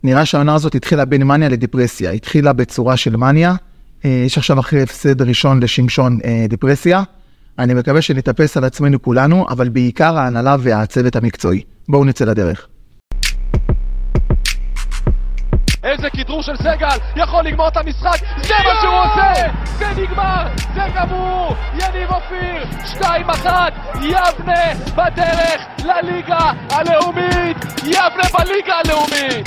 נראה שהעונה הזאת התחילה בין מניה לדיפרסיה, התחילה בצורה של מניה, יש עכשיו אחרי הפסד ראשון לשמשון דיפרסיה, אני מקווה שנתאפס על עצמנו כולנו, אבל בעיקר ההנהלה והצוות המקצועי. בואו נצא לדרך. איזה כדרור של סגל, יכול לגמור את המשחק, זה מה שהוא עושה, זה נגמר, זה גמור, יניב אופיר, 2-1, יבנה בדרך לליגה הלאומית, יבנה בליגה הלאומית.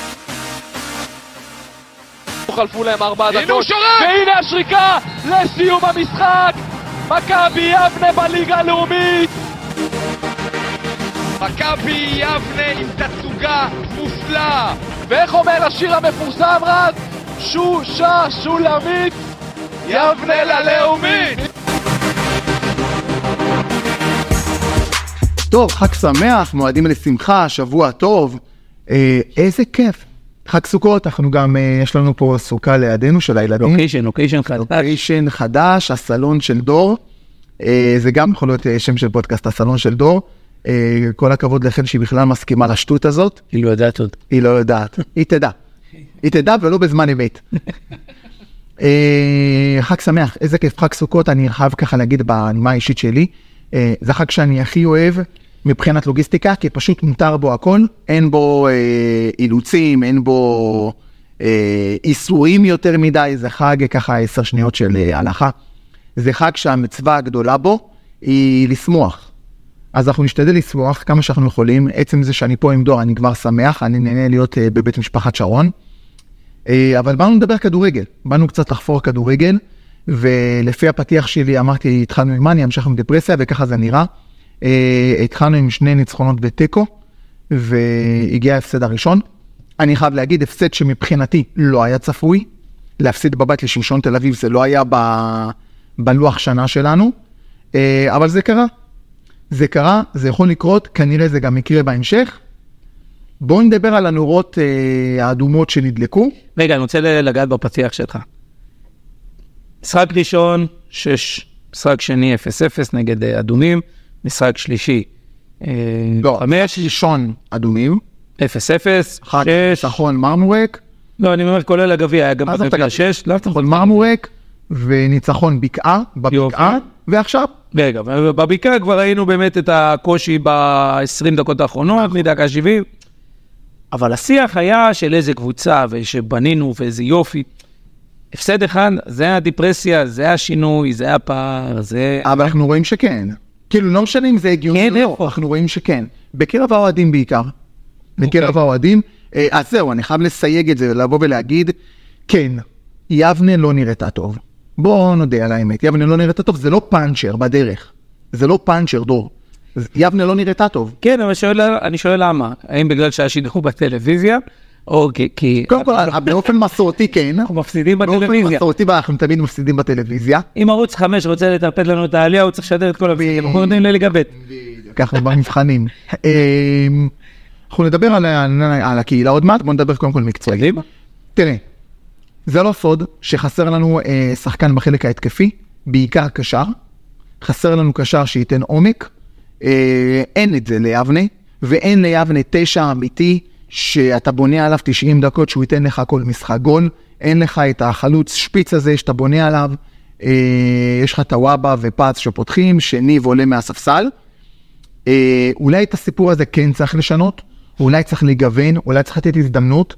חלפו להם 4 דקות, והנה השריקה לסיום המשחק, מכבי יבנה בליגה הלאומית. מכבי יבנה עם תצוגה מופלאה. ואיך אומר השיר המפורסם רז? שושה שולמית, יבנה ללאומית. טוב, חג שמח, מועדים לשמחה, שבוע טוב. איזה כיף. חג סוכות, אנחנו גם, יש לנו פה סוכה לידינו של הילדים. לוקיישן חדש, הסלון של דור. זה גם יכול להיות שם של פודקאסט, הסלון של דור. כל הכבוד לכן שהיא בכלל מסכימה לשטות הזאת. היא לא יודעת עוד. היא לא יודעת. היא תדע. היא תדע ולא בזמן אמת. חג שמח, איזה כיף חג סוכות, אני חייב ככה להגיד בנימה האישית שלי. זה חג שאני הכי אוהב מבחינת לוגיסטיקה, כי פשוט מותר בו הכל, אין בו אילוצים, אין בו איסורים יותר מדי, זה חג ככה 10 שניות של הלכה. זה חג שהמצווה הגדולה בו היא לשמוח. אז אנחנו נשתדל לשמוח כמה שאנחנו יכולים, עצם זה שאני פה עם דור, אני כבר שמח, אני נהנה להיות בבית משפחת שרון, אבל באנו לדבר כדורגל, באנו קצת לחפור כדורגל, ולפי הפתיח שלי אמרתי, התחלנו עם מניה, המשכנו עם דיפרסיה, וככה זה נראה, התחלנו עם 2 ניצחונות בטקו, והגיע ההפסד הראשון, אני חייב להגיד, הפסד שמבחינתי לא היה צפוי, להפסיד בבית לשמשון תל אביב, זה לא היה בלוח שנה שלנו, אבל זה קרה. זה קרה, זה יכול לקרות, כנראה זה גם יקרה בהמשך. בואו נדבר על הנורות האדומות שנדלקו. רגע, אני רוצה לגעת בפתיח שלך. משחק ראשון, 6, משחק שני, 0-0 נגד אדומים, משחק שלישי, 5. לא, משחק ראשון אדומים. 0-0, 6. ניצחון מרמורק. לא, אני אומר, כולל הגביע, היה גם בגביע 6. ניצחון מרמורק, וניצחון בקעה, בבקעה, ועכשיו. רגע, בבקעה כבר ראינו באמת את הקושי ב-20 דקות האחרונות, מדקה 70, אבל השיח היה של איזה קבוצה, ושבנינו ואיזה יופי. הפסד אחד, זה הדיפרסיה, זה השינוי, זה הפער, זה... אבל אנחנו רואים שכן. כאילו, לא משנה אם זה הגיוני, לא, אנחנו רואים שכן. בקרב האוהדים בעיקר. בקרב האוהדים. אז זהו, אני חייב לסייג את זה, לבוא ולהגיד, כן, יבנה לא נראתה טוב. בואו נודה על האמת, יבנה לא נראתה טוב, זה לא פאנצ'ר בדרך. זה לא פאנצ'ר, דור. יבנה לא נראתה טוב. כן, אבל אני שואל למה. האם בגלל שהשידכו בטלוויזיה, או כי... קודם כל, באופן מסורתי כן. אנחנו מפסידים בטלוויזיה. באופן מסורתי אנחנו תמיד מפסידים בטלוויזיה. אם ערוץ 5 רוצה לטרפד לנו את העלייה, הוא צריך לשדר את כל המפסידים. אנחנו יודעים לליגה ב'. ככה במבחנים. אנחנו נדבר על הקהילה עוד מעט, בואו נדבר קודם כל מקצועי. תראה, זה לא סוד שחסר לנו שחקן בחלק ההתקפי, בעיקר קשר. חסר לנו קשר שייתן עומק. אין את זה ליבנה, ואין ליבנה 9 אמיתי, שאתה בונה עליו 90 דקות, שהוא ייתן לך כל משחק גול. אין לך את החלוץ שפיץ הזה שאתה בונה עליו. יש לך טוואבה ופאץ שפותחים, שניב עולה מהספסל. אולי את הסיפור הזה כן צריך לשנות, אולי צריך לגוון, אולי צריך לתת הזדמנות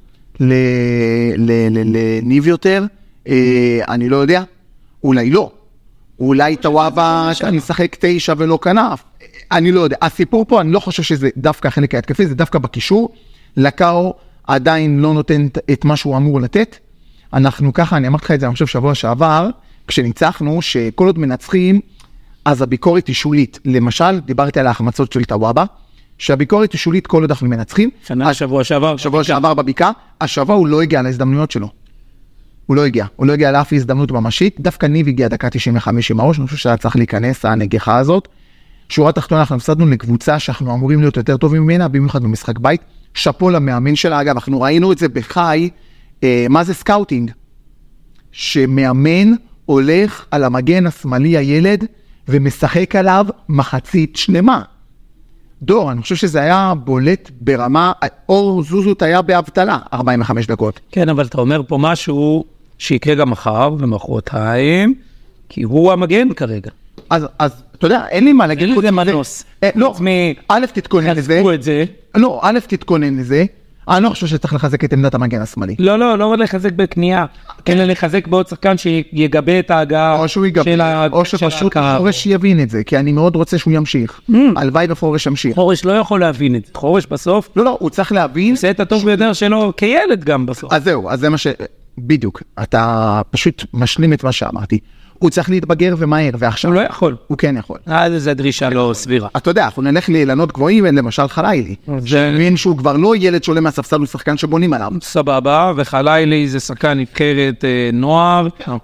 לניב יותר, אני לא יודע, אולי לא. אולי טוואבה שאני משחק 9 ולא כנף, אני לא יודע. הסיפור פה, אני לא חושב שזה דווקא החלק ההתקפי, זה דווקא בקישור. לקאו עדיין לא נותן את מה שהוא אמור לתת. אנחנו ככה, אני אמרתי לך את זה, אני חושב שבוע שעבר, כשניצחנו, שכל עוד מנצחים, אז הביקורת היא שולית. למשל, דיברתי על ההחמצות של טוואבה, שהביקורת היא שולית כל עוד אנחנו מנצחים. שבוע שעבר בביקה, השבוע הוא לא הגיע להזדמנויות שלו. הוא לא הגיע לאף הזדמנות ממשית, דווקא ניב הגיע דקה 95 עם הראש, אני חושב שהיה צריך להיכנס הנגיחה הזאת. שורה תחתונה, אנחנו הפסדנו לקבוצה שאנחנו אמורים להיות יותר טובים ממנה, במיוחד במשחק בית. שפו למאמן שלה, אגב, אנחנו ראינו את זה בחי, מה זה סקאוטינג? שמאמן הולך על המגן השמאלי הילד, ומשחק עליו מחצית שלמה. דור, אני חושב שזה היה בולט ברמה, אור זוזות היה באבטלה 45 דקות. כן, אבל אתה אומר פה משהו שיקרה גם מחר ומחרתיים, כי הוא המגן כרגע. אז אתה יודע, אין לי מה להגיד. אין לזה מנוס. לא, א' תתכונן לזה. לא, א' תתכונן לזה. אני לא חושב שצריך לחזק את עמדת המגן השמאלי. לא לחזק בקנייה, כן לחזק בעוד שחקן שיגבה את ההגעה. או שהוא יגבה, או שפשוט חורש יבין את זה, כי אני מאוד רוצה שהוא ימשיך. הלוואי וחורש ימשיך. חורש לא יכול להבין את זה. חורש בסוף. לא, הוא צריך להבין. עושה את הטוב ביותר שלו כילד גם בסוף. אז זהו, אז זה מה בדיוק. אתה פשוט משלים את מה שאמרתי. הוא צריך להתבגר ומהר, ועכשיו... הוא לא יכול. הוא כן יכול. זו דרישה לא סבירה. אתה יודע, אנחנו נלך לאילנות גבוהים, למשל חלילי. שמבין שהוא כבר לא ילד שעולה מהספסל, הוא שחקן שבונים עליו. סבבה, וחלילי זה שחקן נבחרת נוער,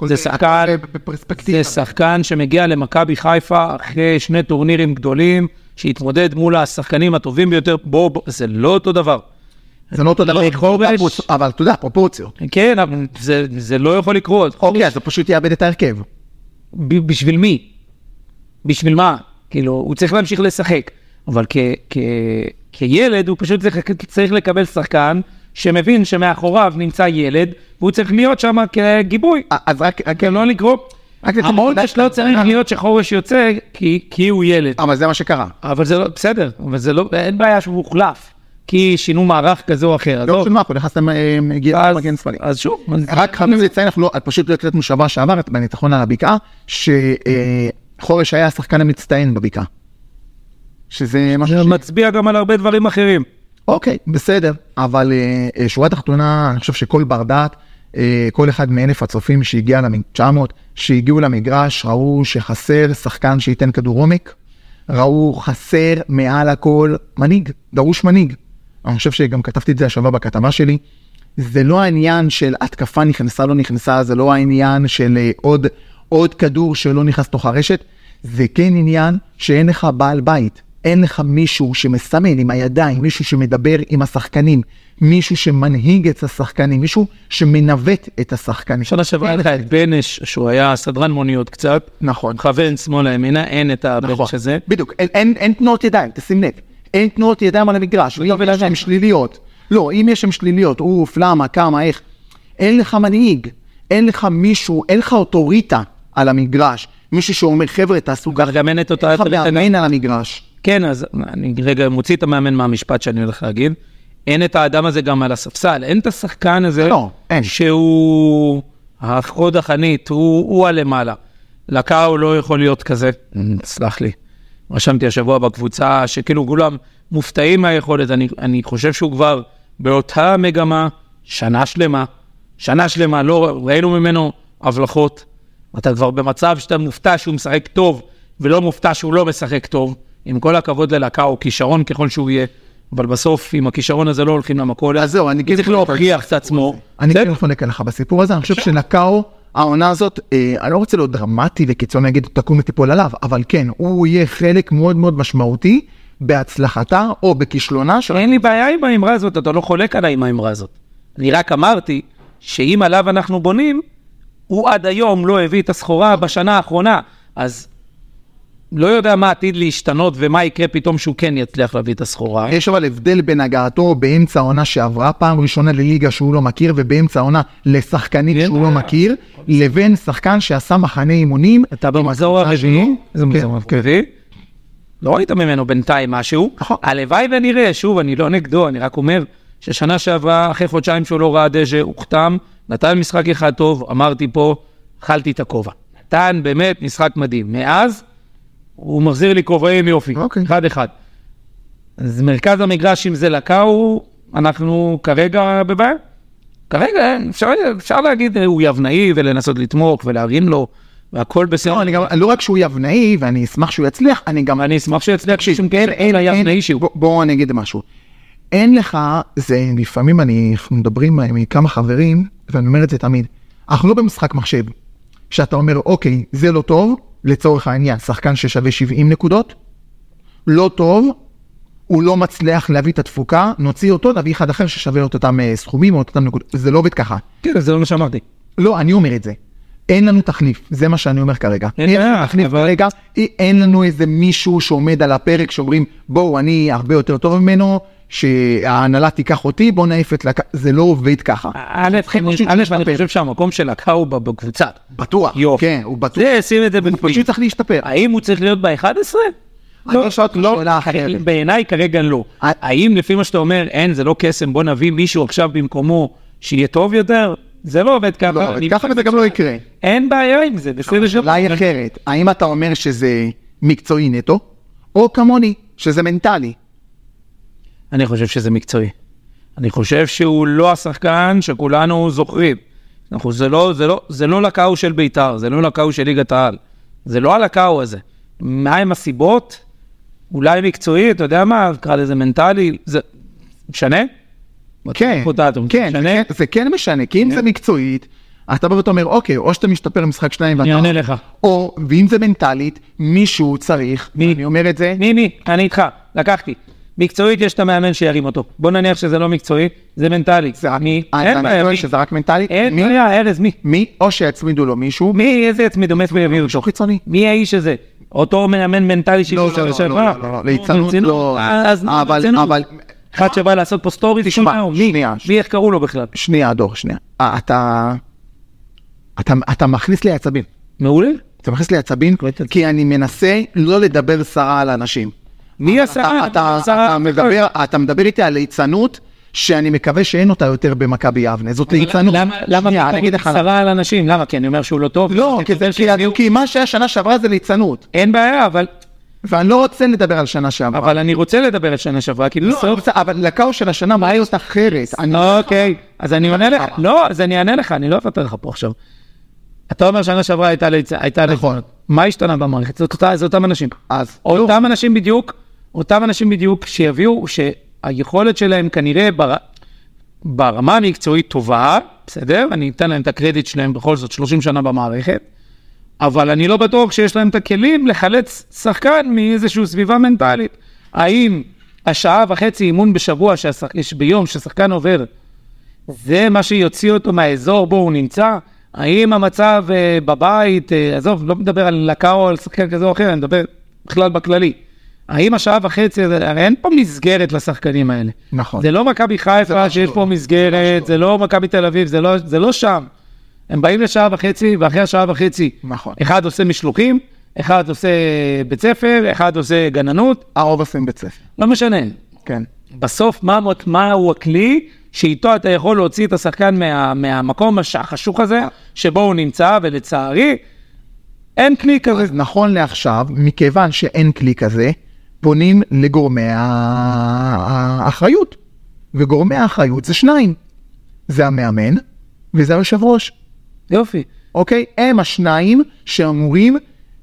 זה שחקן שמגיע למכבי חיפה אחרי 2 טורנירים גדולים, שהתמודד מול השחקנים הטובים ביותר, זה לא אותו דבר. זה לא אותו דבר, אבל אתה יודע, פרופורציות. כן, אבל זה לא יכול לקרות. אוקיי, אז זה פשוט יאבד את ההרכב. בשביל מי? בשביל מה? כאילו, הוא צריך להמשיך לשחק. אבל כילד, הוא פשוט צריך לקבל שחקן, שמבין שמאחוריו נמצא ילד, והוא צריך להיות שם כגיבוי. אז רק לא לקרוא. העונש לא צריך להיות שחורש יוצא, כי הוא ילד. אבל זה מה שקרה. אבל זה לא, בסדר, אבל זה לא, אין בעיה שהוא הוחלף. כי שינו מערך כזה או אחר. לא, שמה, אנחנו נכנסתם מגן שמאלי. אז שוב. רק חייבים לציין, אנחנו פשוט לא הקלטנו שבוע שעבר, בניצחון על הבקעה, שחורש היה השחקן המצטיין בבקעה. שזה משהו מצביע גם על הרבה דברים אחרים. אוקיי, בסדר. אבל שורה תחתונה, אני חושב שכל בר דעת, כל אחד מ1,000 הצופים שהגיע 900, שהגיעו למגרש, ראו שחסר שחקן שייתן כדור עומק, ראו חסר מעל הכל מנהיג, דרוש מנהיג. אני חושב שגם כתבתי את זה השבוע בכתבה שלי, זה לא העניין של התקפה נכנסה, לא נכנסה, זה לא העניין של עוד כדור שלא נכנס תוך הרשת, זה כן עניין שאין לך בעל בית, אין לך מישהו שמסמן עם הידיים, מישהו שמדבר עם השחקנים, מישהו שמנהיג את השחקנים, מישהו שמנווט את השחקנים. שנה שבוע לך את בנש, שהוא היה סדרן מוניות קצת, נכון. כוון שמאלה ימינה, אין את הבנש הזה. בדיוק, אין תנועות ידיים, תשים לב. אין תנועות ידיים על המגרש, אם יש שם שליליות. לא, אם יש שם שליליות, למה, כמה, איך. אין לך מנהיג, אין לך מישהו, אין לך אוטוריטה על המגרש. מישהו שאומר, חבר'ה, תעשו גם אין את אותה איך מאמן על המגרש. כן, אז אני רגע מוציא את המאמן מהמשפט שאני הולך להגיד. אין את האדם הזה גם על הספסל, אין את השחקן הזה שהוא החוד החנית, הוא הלמעלה. לקאו לא יכול להיות כזה, סלח לי. רשמתי השבוע בקבוצה שכאילו כולם מופתעים מהיכולת, אני חושב שהוא כבר באותה מגמה שנה שלמה, לא ראינו ממנו הבלחות, אתה כבר במצב שאתה מופתע שהוא משחק טוב, ולא מופתע שהוא לא משחק טוב, עם כל הכבוד ללקאו, כישרון ככל שהוא יהיה, אבל בסוף עם הכישרון הזה לא הולכים למכולת, אז זהו, אני צריך להוכיח את עצמו. אני כן חולק עליך בסיפור הזה, אני חושב שלקאו, העונה הזאת, אני לא רוצה להיות דרמטי וקיצון להגיד, תקום ותיפול עליו, אבל כן, הוא יהיה חלק מאוד מאוד משמעותי בהצלחתה או בכישלונה. אין לי בעיה עם האמרה הזאת, אתה לא חולק עליי עם האמרה הזאת. אני רק אמרתי שאם עליו אנחנו בונים, הוא עד היום לא הביא את הסחורה בשנה האחרונה, אז לא יודע מה עתיד להשתנות ומה יקרה פתאום שהוא כן יצליח להביא את הסחורה. יש אבל הבדל בין הגעתו באמצע העונה שעברה פעם ראשונה לליגה שהוא לא מכיר, ובאמצע העונה לשחקנית שהוא לא מכיר, לבין שחקן שעשה מחנה אימונים. אתה במחזור הרביעי? איזה מחזור הרביעי? לא ראית ממנו בינתיים משהו. הלוואי ונראה, שוב, אני לא נגדו, אני רק אומר ששנה שעברה, אחרי חודשיים שהוא לא ראה דשא, הוא חתם, נתן משחק אחד טוב, אמרתי פה, אכלתי את הכובע. נתן באמת משחק מדהים. מאז, הוא מחזיר לי כובעים יופי, אחד. אז מרכז המגרש, אם זה לקאו, אנחנו כרגע בבעיה. כרגע, אפשר להגיד, הוא יבנאי ולנסות לתמוך ולהרים לו, והכל בסדר. לא רק שהוא יבנאי, ואני אשמח שהוא יצליח, אני אשמח שהוא יצליח, שום כן, אין יבנאי שהוא. בואו אני אגיד משהו. אין לך, זה לפעמים אנחנו מדברים עם כמה חברים, ואני אומר את זה תמיד, אנחנו לא במשחק מחשב, שאתה אומר, אוקיי, זה לא טוב, לצורך העניין, שחקן ששווה 70 נקודות, לא טוב, הוא לא מצליח להביא את התפוקה, נוציא אותו, נביא אחד אחר ששווה את אותם סכומים או את אותם נקודות, זה לא עובד ככה. כן, זה לא מה שאמרתי. לא, אני אומר את זה. אין לנו תחליף, זה מה שאני אומר כרגע. אין לנו תחליף כרגע, אין לנו איזה מישהו שעומד על הפרק, שאומרים, בואו, אני הרבה יותר טוב ממנו, שההנהלה תיקח אותי, בואו נעיף את לקאו, זה לא עובד ככה. אני חושב שהמקום של לקאו הוא בקבוצה. בטוח, כן, הוא בטוח. זה, שים את זה הוא פשוט צריך להשתפר. האם הוא צריך להיות ב-11? לא, בעיניי כרגע לא. האם לפי מה שאתה אומר, אין, זה לא קסם, בוא נביא מישהו עכשיו במקומו שיהיה טוב יותר? זה לא עובד ככה. ככה וזה גם לא יקרה. אין בעיה עם זה, בסדר שבא. אולי אחרת, האם אתה אומר שזה מקצועי נטו, או כמוני, שזה מנטלי? אני חושב שזה מקצועי. אני חושב שהוא לא השחקן שכולנו זוכרים. זה לא לקאו של בית"ר, זה לא לקאו של ליגת העל. זה לא הלקאו הזה. מהם הסיבות? אולי מקצועי, אתה יודע מה? קרא לזה מנטלי, זה משנה? כן, זה כן משנה, כי אם זה מקצועית, אתה בא ואתה אומר, אוקיי, או שאתה משתפר למשחק שניים, אני אענה לך. או, ואם זה מנטלית, מישהו צריך, אני אומר את זה. מי, אני איתך, לקחתי. מקצועית יש את המאמן שירים אותו. בוא נניח שזה לא מקצועי, זה מנטלי. מי? אין בעיה, שזה רק מנטלי? אין בעיה, ארז, מי? מי? או שיצמידו לו מישהו. מי? איזה יצמידו? מישהו חיצוני. מי האיש הזה? אותו מאמן מנטלי לא, ליצנות לא. אבל אחד שבא לעשות פה סטורי, מי איך קראו לו בכלל? שנייה, דור, שנייה. אתה מכניס לי עצבים. מעולה? אתה מכניס לי עצבים, כי אני מנסה לא לדבר סרה על האנשים. מי הסרה? אתה מדבר איתי על ליצנות, שאני מקווה שאין אותה יותר במכבי יבנה. זאת ליצנות. למה תגיד סרה על אנשים? למה? כי אני אומר שהוא לא טוב? לא, כי מה שהיה שנה שעברה זה ליצנות. אין בעיה, אבל... ואני לא רוצה לדבר על שנה שעברה. אבל אני רוצה לדבר על שנה שעברה, כי לא, אבל לקאו של השנה, מה היא עושה אחרת? אוקיי, אז אני עונה לך. לא, אז אני אענה לך, אני לא אפתר לך פה עכשיו. אתה אומר שנה שעברה הייתה נכון. מה השתנה במערכת? זה אותם אנשים. אותם אנשים בדיוק שיביאו, שהיכולת שלהם כנראה ברמה המקצועית טובה, בסדר? אני אתן להם את הקרדיט שלהם בכל זאת 30 שנה במערכת, אבל אני לא בטוח שיש להם את הכלים לחלץ שחקן מאיזושהי סביבה מנטלית. האם השעה וחצי אימון בשבוע ביום ששחקן עובר, זה מה שיוציא אותו מהאזור בו הוא נמצא? האם המצב בבית, עזוב, לא מדבר על לקאו, על שחקן כזה או אחר, אני מדבר בכלל בכללי. האם השעה וחצי, אין פה מסגרת לשחקנים האלה. נכון. זה לא מכבי חיפה שיש פה מסגרת, זה לא מכבי תל אביב, זה לא שם. הם באים לשעה וחצי, ואחרי השעה וחצי, נכון. אחד עושה משלוחים, אחד עושה בית ספר, אחד עושה גננות. הרוב עושים בית ספר. לא משנה. כן. בסוף, מהו הכלי שאיתו אתה יכול להוציא את השחקן מהמקום החשוך הזה, שבו הוא נמצא, ולצערי, אין כלי כזה. אז נכון לעכשיו, מכיוון שאין כלי כזה, פונים לגורמי האחריות. וגורמי האחריות זה שניים. זה המאמן, וזה היושב ראש. יופי. אוקיי? הם השניים שאמורים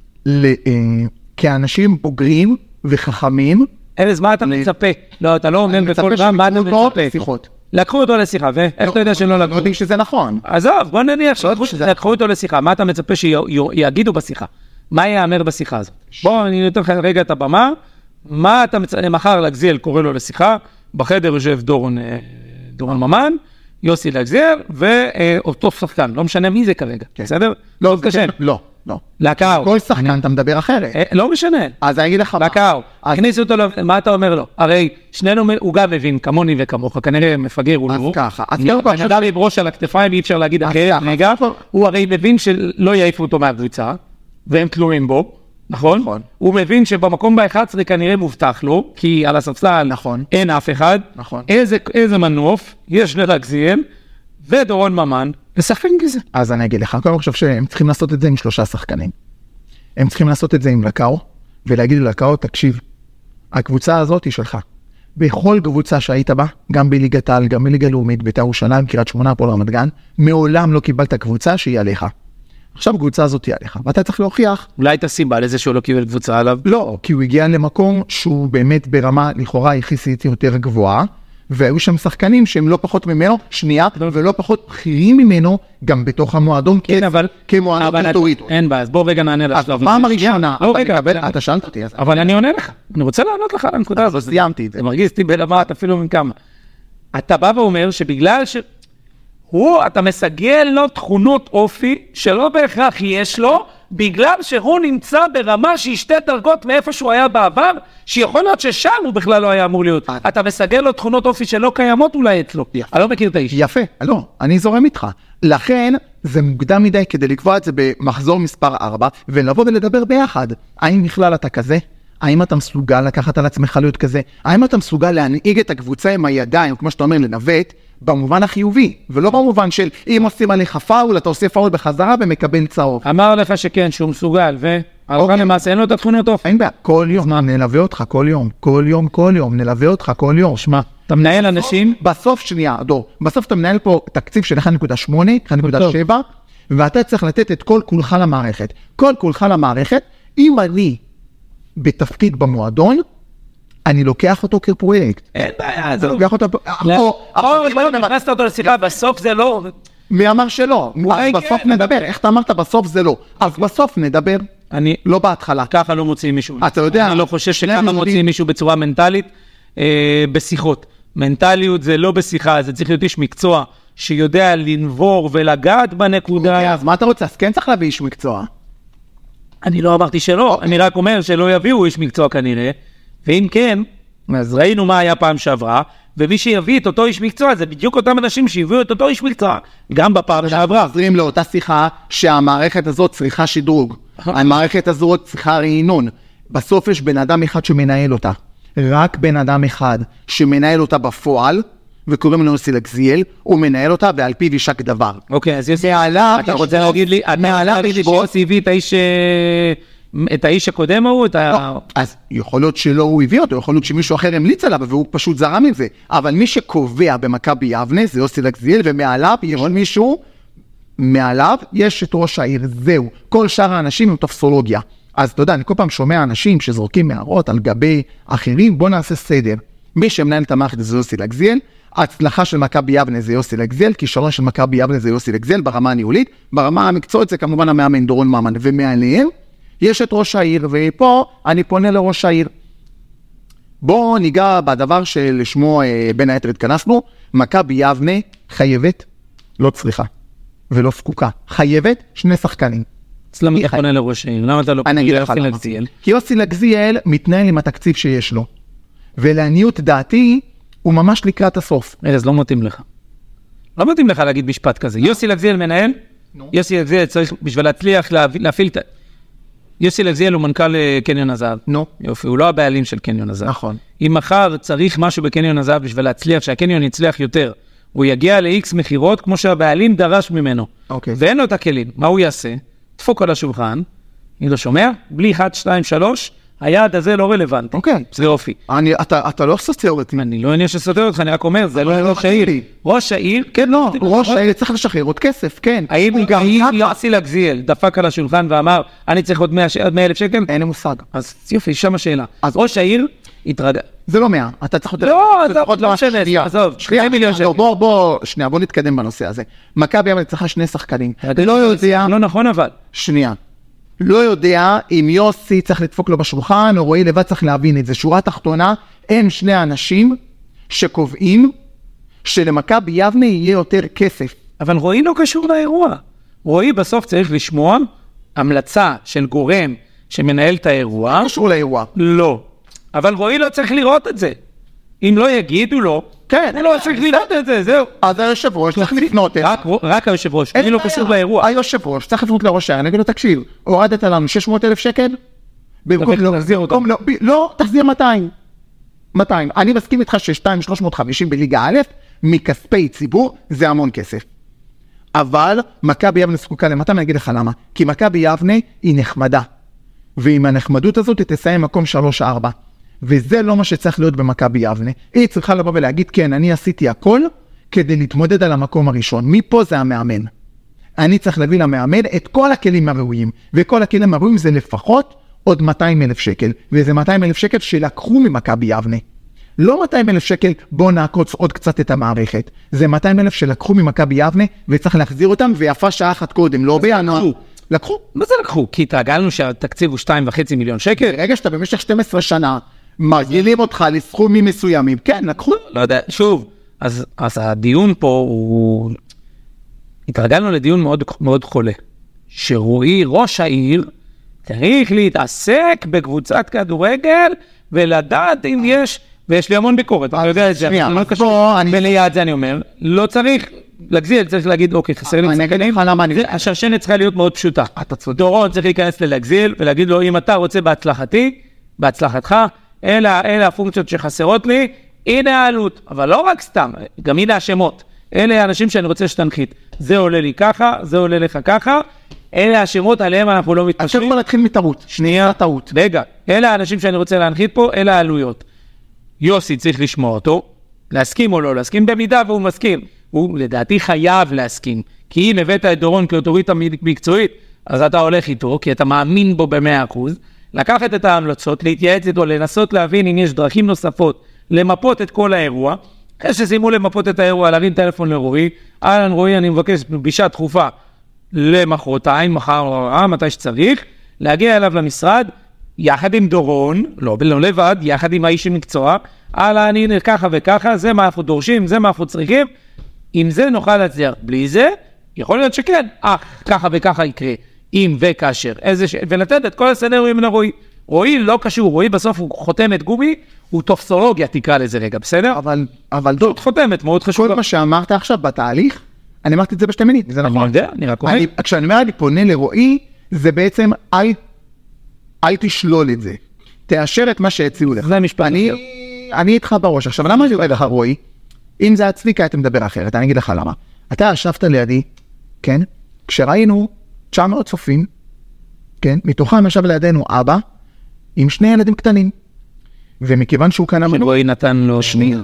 כאנשים בוגרים וחכמים. ארז, מה אתה מצפה? לא, אתה לא אומר בכל רם, מה אתה מצפה? לקחו אותו לשיחה, ואיך אתה יודע שלא לקחו? לא יודעים שזה נכון. עזוב, בוא נניח שלקחו אותו לשיחה, מה אתה מצפה שיגידו בשיחה? מה יאמר בשיחה הזאת? בוא, אני נותן לך רגע את הבמה, מה אתה מצפה, מחר לגזיאל קורא לו לשיחה, בחדר יושב דורון ממן, יוסי לגזיאל, ואותו שחקן, לא משנה מי זה כרגע, בסדר? לא, לא. לא. לקאו. כל שחקן אתה מדבר אחרת. לא משנה. אז אני אגיד לך מה. לקאו. הכניסו אותו, מה אתה אומר לו? הרי שנינו, הוא גם מבין, כמוני וכמוך, כנראה מפגר הוא לא. אז ככה. נדע לי בראש על הכתפיים, אי אפשר להגיד אחרת. רגע, הוא הרי מבין שלא יעיפו אותו מהקבוצה, והם תלויים בו, נכון? הוא מבין שבמקום ב-11 כנראה מובטח לו, כי על הספסל אין אף אחד. נכון. איזה מנוף, יש לגזיאל, ודורון ממן, לשחקן כזה. אז אני אגיד לך, אני חושב שהם צריכים לעשות את זה עם 3 שחקנים. הם צריכים לעשות את זה עם לקאו, ולהגיד ללקאו, תקשיב, הקבוצה הזאת היא שלך. בכל קבוצה שהיית בה, גם בליגת העל, גם בליגה לאומית, בית"ר ירושלים, קריית שמונה, הפועל רמת גן, מעולם לא קיבלת קבוצה שהיא עליך. עכשיו הקבוצה הזאת היא עליך, ואתה צריך להוכיח. אולי את הסיבה לזה שהוא לא קיבל קבוצה עליו? לא, כי הוא הגיע למקום שהוא באמת ברמה, לכאורה, יחסית יותר גבוהה, והיו שם שחקנים שהם לא פחות ממנו, שנייה, ולא פחות בכירים ממנו, גם בתוך המועדון, כן, אבל כמועדון אוטוריטו. אין בעיה, אז בוא רגע נענה לך. אז פעם הראשונה, אתה שאלת אותי. אבל אני עונה לך, אני רוצה לענות לך על הנקודה הזאת. סיימתי את זה. זה מרגיש אותי בלמעת אפילו מכמה. אתה בא ואומר שבגלל אתה מסגל לו תכונות אופי שלא בהכרח יש לו, בגלל שהוא נמצא ברמה שהיא 2 דרגות מאיפה שהוא היה בעבר, שיכול להיות ששם הוא בכלל לא היה אמור להיות. אתה מסגל לו תכונות אופי שלא קיימות אולי אצלו. אני לא מכיר את האיש. יפה, לא, אני זורם איתך. לכן זה מוקדם מדי כדי לקבוע את זה במחזור מספר 4, ולבוא ולדבר ביחד. האם בכלל אתה כזה? האם אתה מסוגל לקחת על עצמך להיות כזה? האם אתה מסוגל להנהיג את הקבוצה עם הידיים, כמו שאתה אומר, לנווט, במובן החיובי, ולא במובן של אם עושים עליך פאול, אתה עושה פאול בחזרה ומקבל צהוב. אמר לך שכן, שהוא מסוגל, והלכה למעשה אין לו את התכונות אופי. אין בעיה, כל יום, נלווה אותך כל יום, כל יום, נלווה אותך כל יום. שמע, אתה מנהל אנשים? בסוף שנייה, דור, בסוף אתה מנהל פה תקציב של 1.8, 1.7, ואתה צריך לתת את כל כולך למערכת. כל כולך למערכת, אם אני בתפקיד במועדון, אני לוקח אותו כפרויקט. אין בעיה, זה לוקח אותו... נכנסת אותו לשיחה, בסוף זה לא... מי אמר שלא? אז בסוף נדבר. איך אתה אמרת בסוף זה לא? אז בסוף נדבר, לא בהתחלה. ככה לא מוציאים מישהו. אתה יודע... אני לא חושב שככה מוציאים מישהו בצורה מנטלית בשיחות. מנטליות זה לא בשיחה, זה צריך להיות איש מקצוע שיודע לנבור ולגעת בנקודה. אז מה אתה רוצה? אז כן צריך להביא איש מקצוע. אני לא אמרתי שלא, אני רק אומר שלא יביאו איש מקצוע כנראה, ואם כן, אז ראינו מה היה פעם שעברה, ומי שיביא את אותו איש מקצוע, זה בדיוק אותם אנשים שהביאו את אותו איש מקצוע, גם בפעם שעברה. חוזרים לאותה שיחה שהמערכת הזאת צריכה שדרוג, המערכת הזאת צריכה רעינון, בסוף יש בן אדם אחד שמנהל אותה, רק בן אדם אחד שמנהל אותה בפועל, וקוראים לו יוסי לגזיאל, הוא מנהל אותה ועל פיו יישק דבר. אוקיי, אז יוסי, אתה רוצה להגיד לי, שיוסי הביא את האיש הקודם הוא, אז יכול להיות שלא הוא הביא אותו, יכול להיות שמישהו אחר המליץ עליו, והוא פשוט זרם עם זה. אבל מי שקובע במכבי יבנה זה יוסי לגזיאל, ומעליו יש מישהו, מעליו יש את ראש העיר, זהו. כל שאר האנשים הם טופסולוגיה. אז אתה יודע, אני כל פעם שומע אנשים שזורקים מערות על גבי אחרים, בוא נעשה סדר. מי שמנהל את המערכת זה יוסי לגזיאל, ההצלחה של מכבי יבנה זה יוסי לגזיאל, כישרון של מכבי יבנה זה יוסי לגזיאל ברמה הניהולית, ברמה המקצועית זה כמובן המאמן דורון ממן, ומעליהם יש את ראש העיר, ופה אני פונה לראש העיר. בואו ניגע בדבר שלשמו בין היתר התכנסנו, מכבי יבנה חייבת, לא צריכה ולא זקוקה, חייבת 2 שחקנים. אז למה אתה פונה לראש העיר? למה אתה לא פונה ליוסי לגזיאל? כי יוסי לגזיאל מתנהל עם התקציב שיש לו, ולעניות דעתי הוא ממש לקראת הסוף. אז לא מתאים לך. לא מתאים לך להגיד משפט כזה. יוסי לגזיאל מנהל? יוסי לגזיאל צריך בשביל להצליח להפעיל את... יוסי לגזיאל הוא מנכ"ל קניון הזהב. יופי, הוא לא הבעלים של קניון הזהב. נכון. אם מחר צריך משהו בקניון הזהב בשביל להצליח, שהקניון יצליח יותר, הוא יגיע ל-X מחירות כמו שהבעלים דרש ממנו. ואין לו את הכלים. מה הוא יעשה? דפוק על השולחן, אני לא שומע, בלי 1, 2, 3, היעד הזה לא רלוונטי. אוקיי. זה אופי. אתה לא סותר אותי. אני לא עניין שסותר אותך, אני רק אומר, זה לא ראש העיר. ראש העיר, כן, לא. ראש העיר צריך לשחרר עוד כסף, כן. האם יוסי לגזיאל דפק על השולחן ואמר, אני צריך עוד 100,000 שקל? אין לי מושג. אז יופי, שם השאלה. אז ראש העיר התרגע. זה לא 100, אתה צריך עוד... לא משנה, עזוב, 2 מיליון שקל. בוא נתקדם בנושא הזה. מכבי יבנה צריכה 2 שחקנים. לא יודע... לא נכון אבל. שנייה. לא יודע אם יוסי צריך לדפוק לו בשולחן, או רואי לבד צריך להבין את זה. שורה תחתונה, אין 2 אנשים שקובעים שלמכבי יבנה יהיה יותר כסף. אבל רואי לא קשור לאירוע. רואי בסוף צריך לשמוע המלצה של גורם שמנהל את האירוע. לא קשור לאירוע. לא. אבל רואי לא צריך לראות את זה. אם לא יגידו לו, כן, לא צריך לראות את זה, זהו. אז היושב ראש צריך לפנות. רק היושב ראש, אני לא קשור לאירוע. היושב ראש צריך לפנות לראש העיר, נגיד לו תקשיב, הורדת לנו 600,000 שקל? תחזיר אותם. לא, תחזיר 200. 200. אני מסכים איתך ש2,350 בליגה א', מכספי ציבור, זה המון כסף. אבל מכבי יבנה זקוקה למטה, אני אגיד לך למה. כי מכבי יבנה היא נחמדה. ועם הנחמדות הזאת היא תסיים מקום 3-4. וזה לא מה שצריך להיות במכבי יבנה. היא צריכה לבוא ולהגיד, כן, אני עשיתי הכל כדי להתמודד על המקום הראשון. מפה זה המאמן. אני צריך להביא למאמן את כל הכלים הראויים. וכל הכלים הראויים זה לפחות עוד 200,000 שקל. וזה 200,000 שקל שלקחו ממכבי יבנה. לא 200,000 שקל, בוא נעקוץ עוד קצת את המערכת. זה 200,000 שלקחו ממכבי יבנה, וצריך להחזיר אותם, ויפה שעה אחת קודם, לא בינואר. לקחו. מה זה לקחו? כי התרגלנו שהתקציב הוא 2.5 מיליון שקל. רגע שאתה במשך 12 שנה, מרגילים אותך לסכומים מסוימים. כן, לקחו. לא יודע, שוב, אז הדיון פה הוא... התרגלנו לדיון מאוד, מאוד חולה, שרועי, ראש העיר, צריך להתעסק בקבוצת כדורגל, ולדעת אם יש, ויש לי המון ביקורת, אני יודע את זה, וליד זה אני אומר, לא צריך להגזיל, צריך להגיד, אוקיי, חסר לי שחקנים, השרשרת צריכה להיות מאוד פשוטה. דורון צריך להיכנס ללהגזיל, ולהגיד לו, אם אתה רוצה בהצלחתי, בהצלחתך, אלה הפונקציות שחסרות לי, הנה העלות, אבל לא רק סתם, גם הנה השמות, אלה האנשים שאני רוצה שתנחית, זה עולה לי ככה, זה עולה לך ככה, אלה השמות עליהם אנחנו לא מתפשרים. עכשיו כבר להתחיל מטעות, שנייה טעות. רגע, אלה האנשים שאני רוצה להנחית פה, אלה העלויות. יוסי צריך לשמוע אותו, להסכים או לא להסכים, במידה והוא מסכים. הוא לדעתי חייב להסכים, כי אם הבאת את דורון כאוטוריטה מקצועית, אז אתה הולך איתו, כי אתה מאמין בו ב100%, לקחת את ההמלצות, להתייעץ איתו, לנסות להבין אם יש דרכים נוספות, למפות את כל האירוע, אחרי ששימו למפות את האירוע, להרים טלפון לרועי, אהלן רועי, אני מבקש פגישה דחופה למחרתיים, מחר, מתי שצריך, להגיע אליו למשרד, יחד עם דורון, לא לבד, יחד עם האיש המקצוע, אהלן, הנה ככה וככה, זה מה אנחנו דורשים, זה מה אנחנו צריכים, אם זה נוכל להצליח, בלי זה, יכול להיות שכן, ככה וככה יקרה, אם וכאשר, ולתת את כל הסנריו מן הרועי. רועי לא קשור, רועי בסוף הוא חותמת גומי, הוא טופסולוגיה תקרא לזה רגע, בסדר? אבל דוד, חותמת, מאוד חשוב. כל מה שאמרת עכשיו בתהליך, אני אמרתי את זה בשתי מינית, זה נכון. אני יודע, אני רק אומר. כשאני אומר, אני פונה לרועי, זה בעצם, אל תשלול את זה. תאשר את מה שהציעו לך. זה משפט. אני איתך בראש. עכשיו, למה אני רואה לך, רועי? אם זה הצביקה, אתה מדבר אחרת, אני אגיד לך למה. אתה ישבת לידי, כן? כשראינו 900 צופים, כן? מתוכם ישב לידינו אבא, עם 2 ילדים קטנים. ומכיוון שהוא קנה מנוי... שרועי נתן לו שנייה.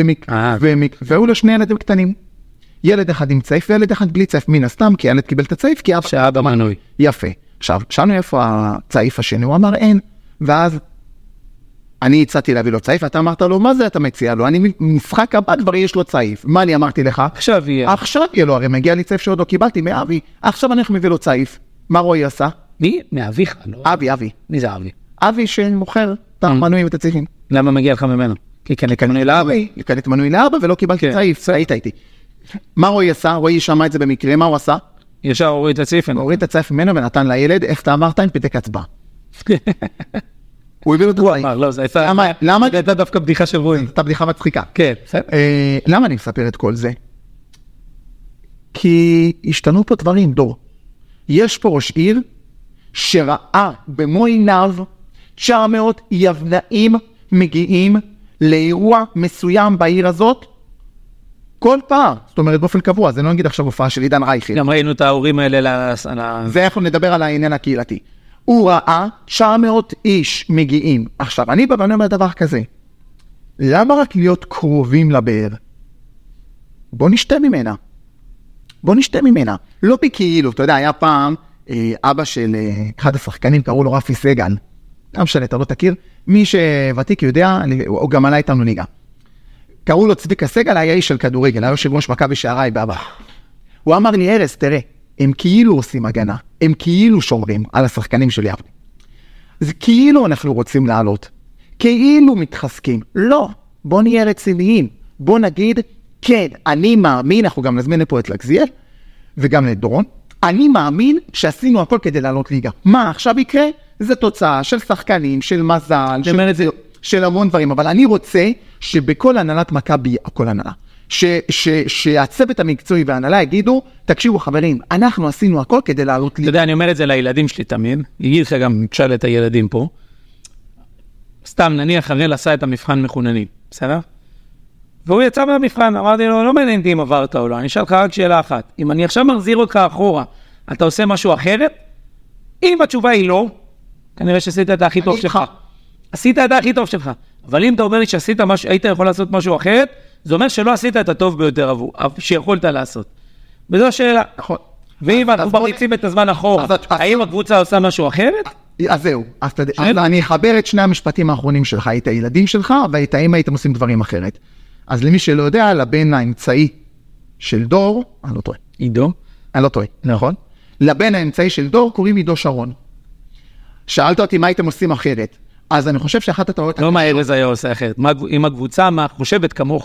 והיו לו 2 ילדים קטנים. ילד אחד עם צייף וילד אחד בלי צייף, מן הסתם, כי ילד קיבל את הצייף, כי שאבא מנוי. יפה. עכשיו, שאלנו איפה הצייף השני, הוא אמר אין. ואז אני הצעתי להביא לו צייף, אתה אמרת לו, מה זה אתה מציע לו? אני משחק הבא כבר יש לו צייף. מה אני אמרתי לך? עכשיו יהיה. עכשיו יהיה לו, הרי מגיע לי צייף שעוד לא קיבלתי מאבי. עכשיו אנחנו מביא לו צייף. מה רועי עשה? מי? מאביך? אבי. מי זה אבי? אבי שמוכר את המנויים ואת הצייפים. למה מגיע לך ממנו? כי קנית מנוי לאבא. קנית מנוי לאבא ולא קיבלתי צייף. היית איתי. מה רועי עשה? רועי שמע את זה במקרה, מה הוא עשה? ישר הוריד את הצייף. הוריד את הצייף ממנו ונתן לילד, איך אתה אמרת? עם פתק הצבעה. הוא הביא לו את הצייף. לא, זה הייתה דווקא בדיחה של רועי. הייתה בדיחה מצחיקה. כן. למה אני מספר את כל זה? כי השתנו פה דברים, דור. יש פה ראש עיר שראה במו עיניו 900 יבנאים מגיעים לאירוע מסוים בעיר הזאת, כל פעם, זאת אומרת באופן קבוע, זה לא נגיד עכשיו הופעה של עידן רייכל. גם ראינו את ההורים האלה זה אנחנו נדבר על העניין הקהילתי. הוא ראה 900 איש מגיעים. עכשיו, אני בא ואומר דבר כזה, למה רק להיות קרובים לבאר? בוא נשתה ממנה. לא בכאילו, אתה יודע, היה פעם אבא של אחד השחקנים, קראו לו רפי סגל. לא משנה, אתה לא תכיר. מי שוותיק יודע, הוא גם עלה איתנו ליגה. קראו לו צביקה סגל, היה איש של כדורגל, היה יושב ראש מכבי שערי בעבר. הוא אמר לי, ארז, תראה, הם כאילו עושים הגנה, הם כאילו שומרים על השחקנים של יבנה. זה כאילו אנחנו רוצים לעלות, כאילו מתחזקים. לא, בוא נהיה רציניים, בוא נגיד, כן, אני מאמין, אנחנו גם נזמין לפה את לגזיאל, וגם לדורון, אני מאמין שעשינו הכל כדי לעלות ליגה. מה עכשיו יקרה? זה תוצאה של שחקנים, של מזל, של המון דברים, אבל אני רוצה שבכל הנהלת מכבי, כל הנהלה, שהצוות המקצועי וההנהלה יגידו, תקשיבו חברים, אנחנו עשינו הכל כדי לעלות ליגה. אתה יודע, אני אומר את זה לילדים שלי תמיד, יגיד לך גם, תשאל את הילדים פה, סתם נניח הראל עשה את המבחן מחוננים, בסדר? והוא יצא מהמבחן, אמרתי לו, לא מעניין אם עברת או לא, אני אשאל לך רק שאלה אחת, אם אני עכשיו מחזיר אותך אחורה, אתה עושה משהו אחרת? אם התשובה היא לא, כנראה שעשית את הכי טוב שלך. עשית את הכי טוב שלך. אבל אם אתה אומר לי שעשית משהו, היית יכול לעשות משהו אחרת, זה אומר שלא עשית את הטוב ביותר עבור, שיכולת לעשות. וזו השאלה. נכון. ואם אנחנו מריצים את הזמן אחורה, האם הקבוצה עושה משהו אחרת? אז זהו. אז אני אחבר את שני המשפטים האחרונים שלך, את הילדים שלך, ואת האם הייתם עושים דברים אחרת. אז למי שלא יודע, לבן האמצעי של דור, אני לא טועה. עידו? אני לא טועה, נכון? לבן האמצעי של דור קוראים עידו שרון. שאלת אותי מה הייתם עושים אחרת. אז אני חושב שאחת הטעות... לא מה ארז היה עושה אחרת. אם הקבוצה חושבת כמוך,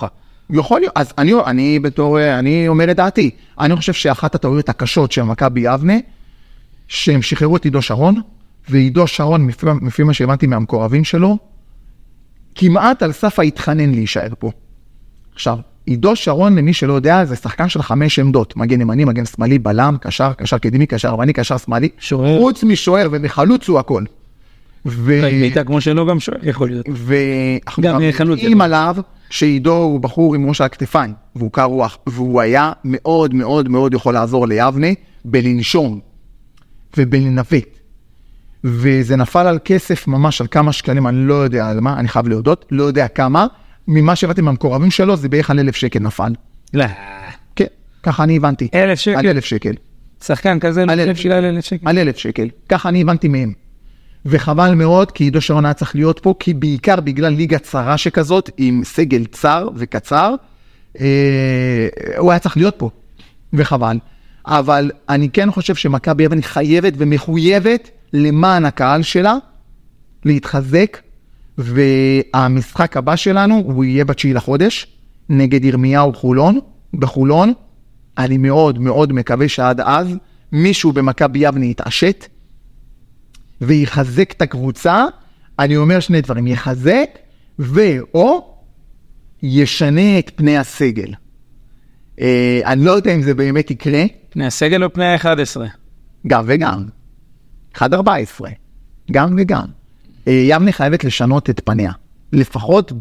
יכול להיות, אז אני אומר את דעתי, אני חושב שאחת הטעויות הקשות של מכבי יבנה, שהם שחררו את עידו שרון, ועידו שרון, לפי מה שהבנתי מהמקורבים שלו, כמעט על סף ההתחנן להישאר פה. עכשיו, עידו שרון, למי שלא יודע, זה שחקן של 5 עמדות, מגן ימני, מגן שמאלי, בלם, קשר קדימי, קשר ימני, קשר שמאלי, חוץ משוער ומחלוץ הוא הכל. הייתה כמו שלא גם שוער יכול להיות. גם עם עליו, שעידו הוא בחור עם ראש על הכתפיים, והוא קר רוח, והוא היה מאוד מאוד מאוד יכול לעזור ליבנה, בלנשום ובלנווט. וזה נפל על כסף ממש, על כמה שקלים, אני לא יודע על מה, אני חייב להודות, לא יודע כמה, ממה שהבאתי מהמקורבים שלו, זה בערך על 1,000 שקל נפל. לא. כן, ככה אני הבנתי. 1,000 שקל? על 1,000 שקל. שחקן כזה, על 1,000 שקל? על 1,000 שקל, ככה אני הבנתי מהם. וחבל מאוד, כי עידו שרון היה צריך להיות פה, כי בעיקר בגלל ליגה צרה שכזאת, עם סגל צר וקצר, הוא היה צריך להיות פה, וחבל. אבל אני כן חושב שמכבי יבנה חייבת ומחויבת למען הקהל שלה, להתחזק, והמשחק הבא שלנו, הוא יהיה ב9 לחודש, נגד ירמיהו בחולון, אני מאוד מאוד מקווה שעד אז, מישהו במכבי יבנה יתעשת, ויחזק את הקבוצה, אני אומר שני דברים, יחזק, או ישנה את פני הסגל. אני לא יודע אם זה באמת יקרה. פני הסגל או פני ה-11? גם וגם. 1-14. גם וגם. יבנה חייבת לשנות את פניה. לפחות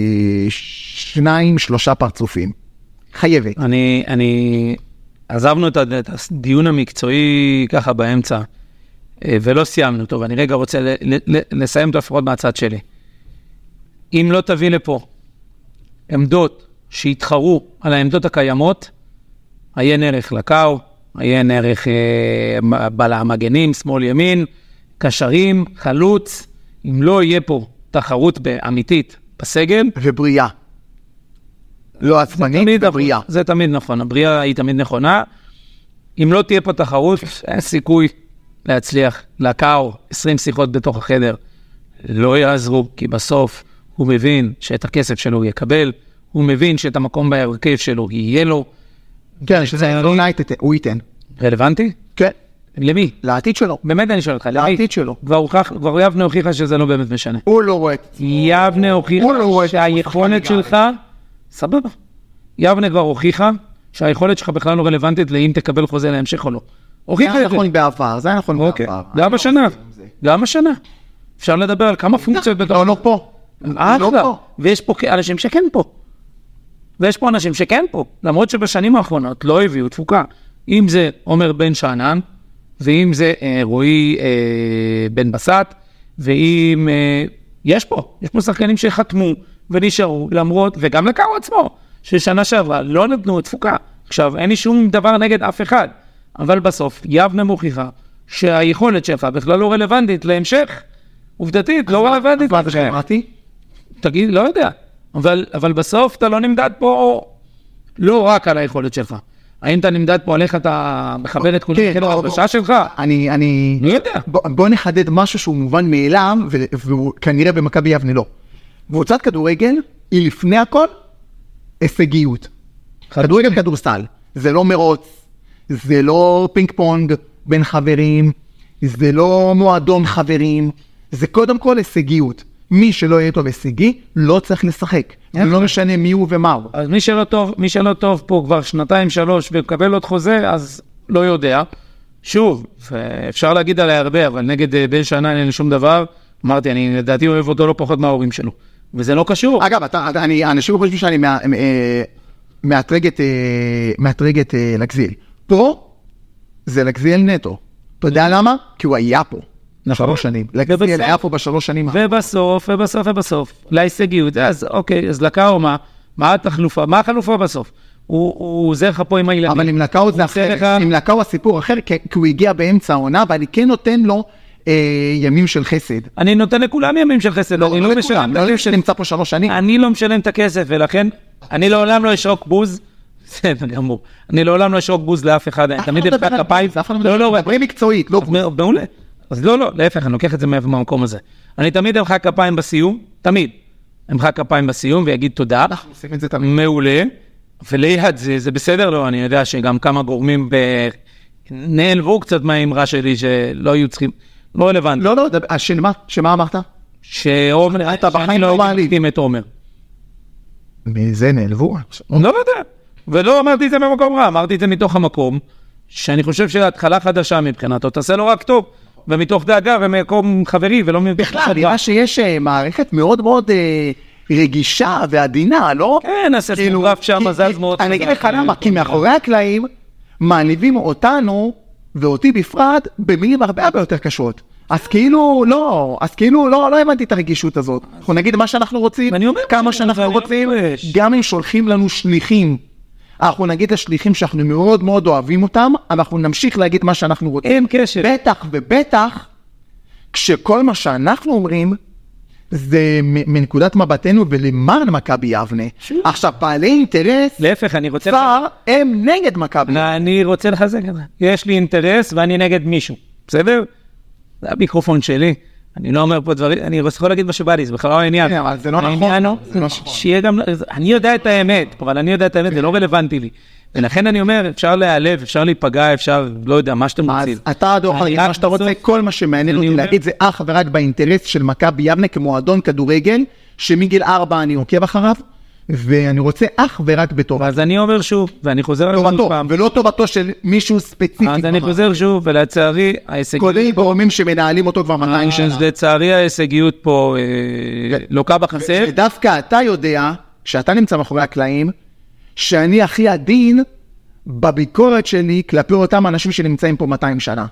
ב2-3 פרצופים. חייבת. עזבנו את הדיון המקצועי ככה באמצע, ולא סיימנו טוב. אני רגע רוצה לסיים את לפחות מהצד שלי. אם לא תביא לפה עמדות שיתחרו על העמדות הקיימות, עיין ערך לקאו, עיין ערך בלמגנים, שמאל ימין, קשרים, חלוץ, אם לא יהיה פה תחרות אמיתית בסגל. ובריאה. לא עצמנית, ובריאה. זה תמיד נכון, הבריאה היא תמיד נכונה. אם לא תהיה פה תחרות, אין סיכוי להצליח. לקאו, 20 שיחות בתוך החדר, לא יעזרו, כי בסוף הוא מבין שאת הכסף שלו הוא יקבל, הוא מבין שאת המקום בהרכב שלו יהיה לו. כן, שזה הוא ייתן. רלוונטי? כן. למי? לעתיד שלו. באמת אני שואל אותך, לעתיד שלו. כבר יבנה הוכיחה שזה לא באמת משנה. הוא לא רואה. יבנה הוכיחה שהיכולת שלך, סבבה. יבנה כבר הוכיחה שהיכולת שלך בכלל לא רלוונטית לאם תקבל חוזה להמשך או לא. זה היה נכון בעבר, זה היה נכון בעבר. גם השנה. אפשר לדבר על כמה פונקציות בתוך. לא פה. אחלה. ויש פה אנשים שכן פה. ויש פה אנשים שכן פה. למרות שבשנים האחרונות לא הביאו תפוקה. אם זה עומר בן שענן, ואם זה רועי בן בסט, ואם יש פה שחקנים שחתמו ונשארו, למרות, וגם לקאו עצמו, ששנה שעברה לא נתנו תפוקה. עכשיו, אין לי שום דבר נגד אף אחד, אבל בסוף יבנה מוכיחה שהיכולת שלך בכלל לא רלוונטית להמשך, עובדתית, לא רלוונטית. מה זה שמעתי? תגיד, לא יודע. אבל בסוף אתה לא נמדד פה לא רק על היכולת שלך. האם אתה נמדד פה על איך אתה מכוון את כל ההרבשה שלך? אני לא יודע. בוא נחדד משהו שהוא מובן מאליו, והוא כנראה במכבי יבנה לא. קבוצת כדורגל היא לפני הכל הישגיות. כדורגל כדורסל. זה לא מרוץ, זה לא פינג פונג בין חברים, זה לא מועדון חברים, זה קודם כל הישגיות. מי שלא יהיה טוב הישגי, לא צריך לשחק. זה לא משנה מי הוא ומה הוא. אז מי שלא טוב פה כבר 2-3 ומקבל עוד חוזה, אז לא יודע. שוב, אפשר להגיד עליה הרבה, אבל נגד בן שנה אין שום דבר. אמרתי, אני לדעתי אוהב אותו לא פחות מההורים שלו. וזה לא קשור. אגב, אנשים חושבים שאני מאתרגת לגזיל. פה זה לגזיל נטו. אתה יודע למה? כי הוא היה פה. 3 שנים. לגזיל היה פה ב3 שנים. ובסוף, להישגיות. אז אוקיי, אז לקאו מה התחלופה? מה החלופה בסוף? הוא עוזר לך פה עם הילדים. אבל עם לקאו זה אחר. עם לקאו הסיפור אחר, כי הוא הגיע באמצע העונה, ואני כן נותן לו ימים של חסד. אני נותן לכולם ימים של חסד. לא לכולם, לא שנמצא פה 3 שנים. אני לא משלם את הכסף, ולכן אני לעולם לא אשרוק בוז. אני לעולם לא אשרוק בוז לאף אחד. תמיד אפשר כפיים. לא, דברי מקצועית, לא בוז. מעולה. אז לא, להפך, אני לוקח את זה מהמקום הזה. אני תמיד אלך כפיים בסיום, תמיד. אמחא כפיים בסיום ויגיד תודה. אנחנו עושים את זה תמיד. מעולה. וליד זה בסדר לו, אני יודע שגם כמה גורמים נעלבו קצת מהאמרה שלי שלא היו צריכים, לא רלוונטי. לא, שמה אמרת? שעומר, אתה בחיים שאני לא לא מעליב. הייתי את עומר. מזה נעלבו? לא יודע. ולא אמרתי את זה במקום רע, אמרתי את זה מתוך המקום, שאני חושב שההתחלה חדשה מבחינתו, תעשה לו רק טוב, ומתוך דאגה ומקום חברי, ולא בכלל, נראה שיש מערכת מאוד מאוד רגישה ועדינה, לא? כן, הססמוגרף שם זז מאוד. אני אגיד לך למה, כי מאחורי הקלעים מעליבים אותנו, ואותי בפרט, במילים הרבה יותר קשות. אז כאילו לא הבנתי את הרגישות הזאת. אנחנו נגיד מה שאנחנו רוצים, כמה שאנחנו רוצים, גם אם שולחים לנו שליחים, אנחנו נגיד לשליחים שאנחנו מאוד מאוד אוהבים אותם, אנחנו נמשיך להגיד מה שאנחנו רוצים. אין קשר. בטח ובטח, כשכל מה שאנחנו אומרים, זה מנקודת מבטנו ולמען מכבי יבנה. עכשיו, בעלי אינטרס, להפך, אני רוצה כבר הם נגד מכבי. אני רוצה לחזק את זה. יש לי אינטרס ואני נגד מישהו. בסדר? זה המיקרופון שלי. אני לא אומר פה דברים, אני יכול להגיד מה שבא לי, זה בכלל לא העניין. כן, אבל זה לא נכון. שיהיה גם, אני יודע את האמת, אבל אני יודע את האמת, זה לא רלוונטי לי. ולכן אני אומר, אפשר להיעלב, אפשר להיפגע, אפשר, לא יודע, מה שאתם רוצים. אז אתה דוח להגיד מה שאתה רוצה, כל מה שמעניין אותי להגיד זה אך ורק באינטרס של מכבי יבנה כמועדון כדורגל, שמגיל 4 אני עוקב אחריו, ואני רוצה אך ורק בטוב. אז אני אומר שוב, ואני חוזר טובתו, ולא טובתו של מישהו ספציפי. אז אני חוזר שוב, ולצערי, כולל גורמים שמנהלים אותו כבר 200 שנה. לצערי ההישגיות פה לוקה בחסר. ודווקא אתה יודע, כשאתה נמצא מאחורי הקלעים, שאני הכי עדין בביקורת שלי כלפי אותם אנשים שנמצאים פה 200 שנה.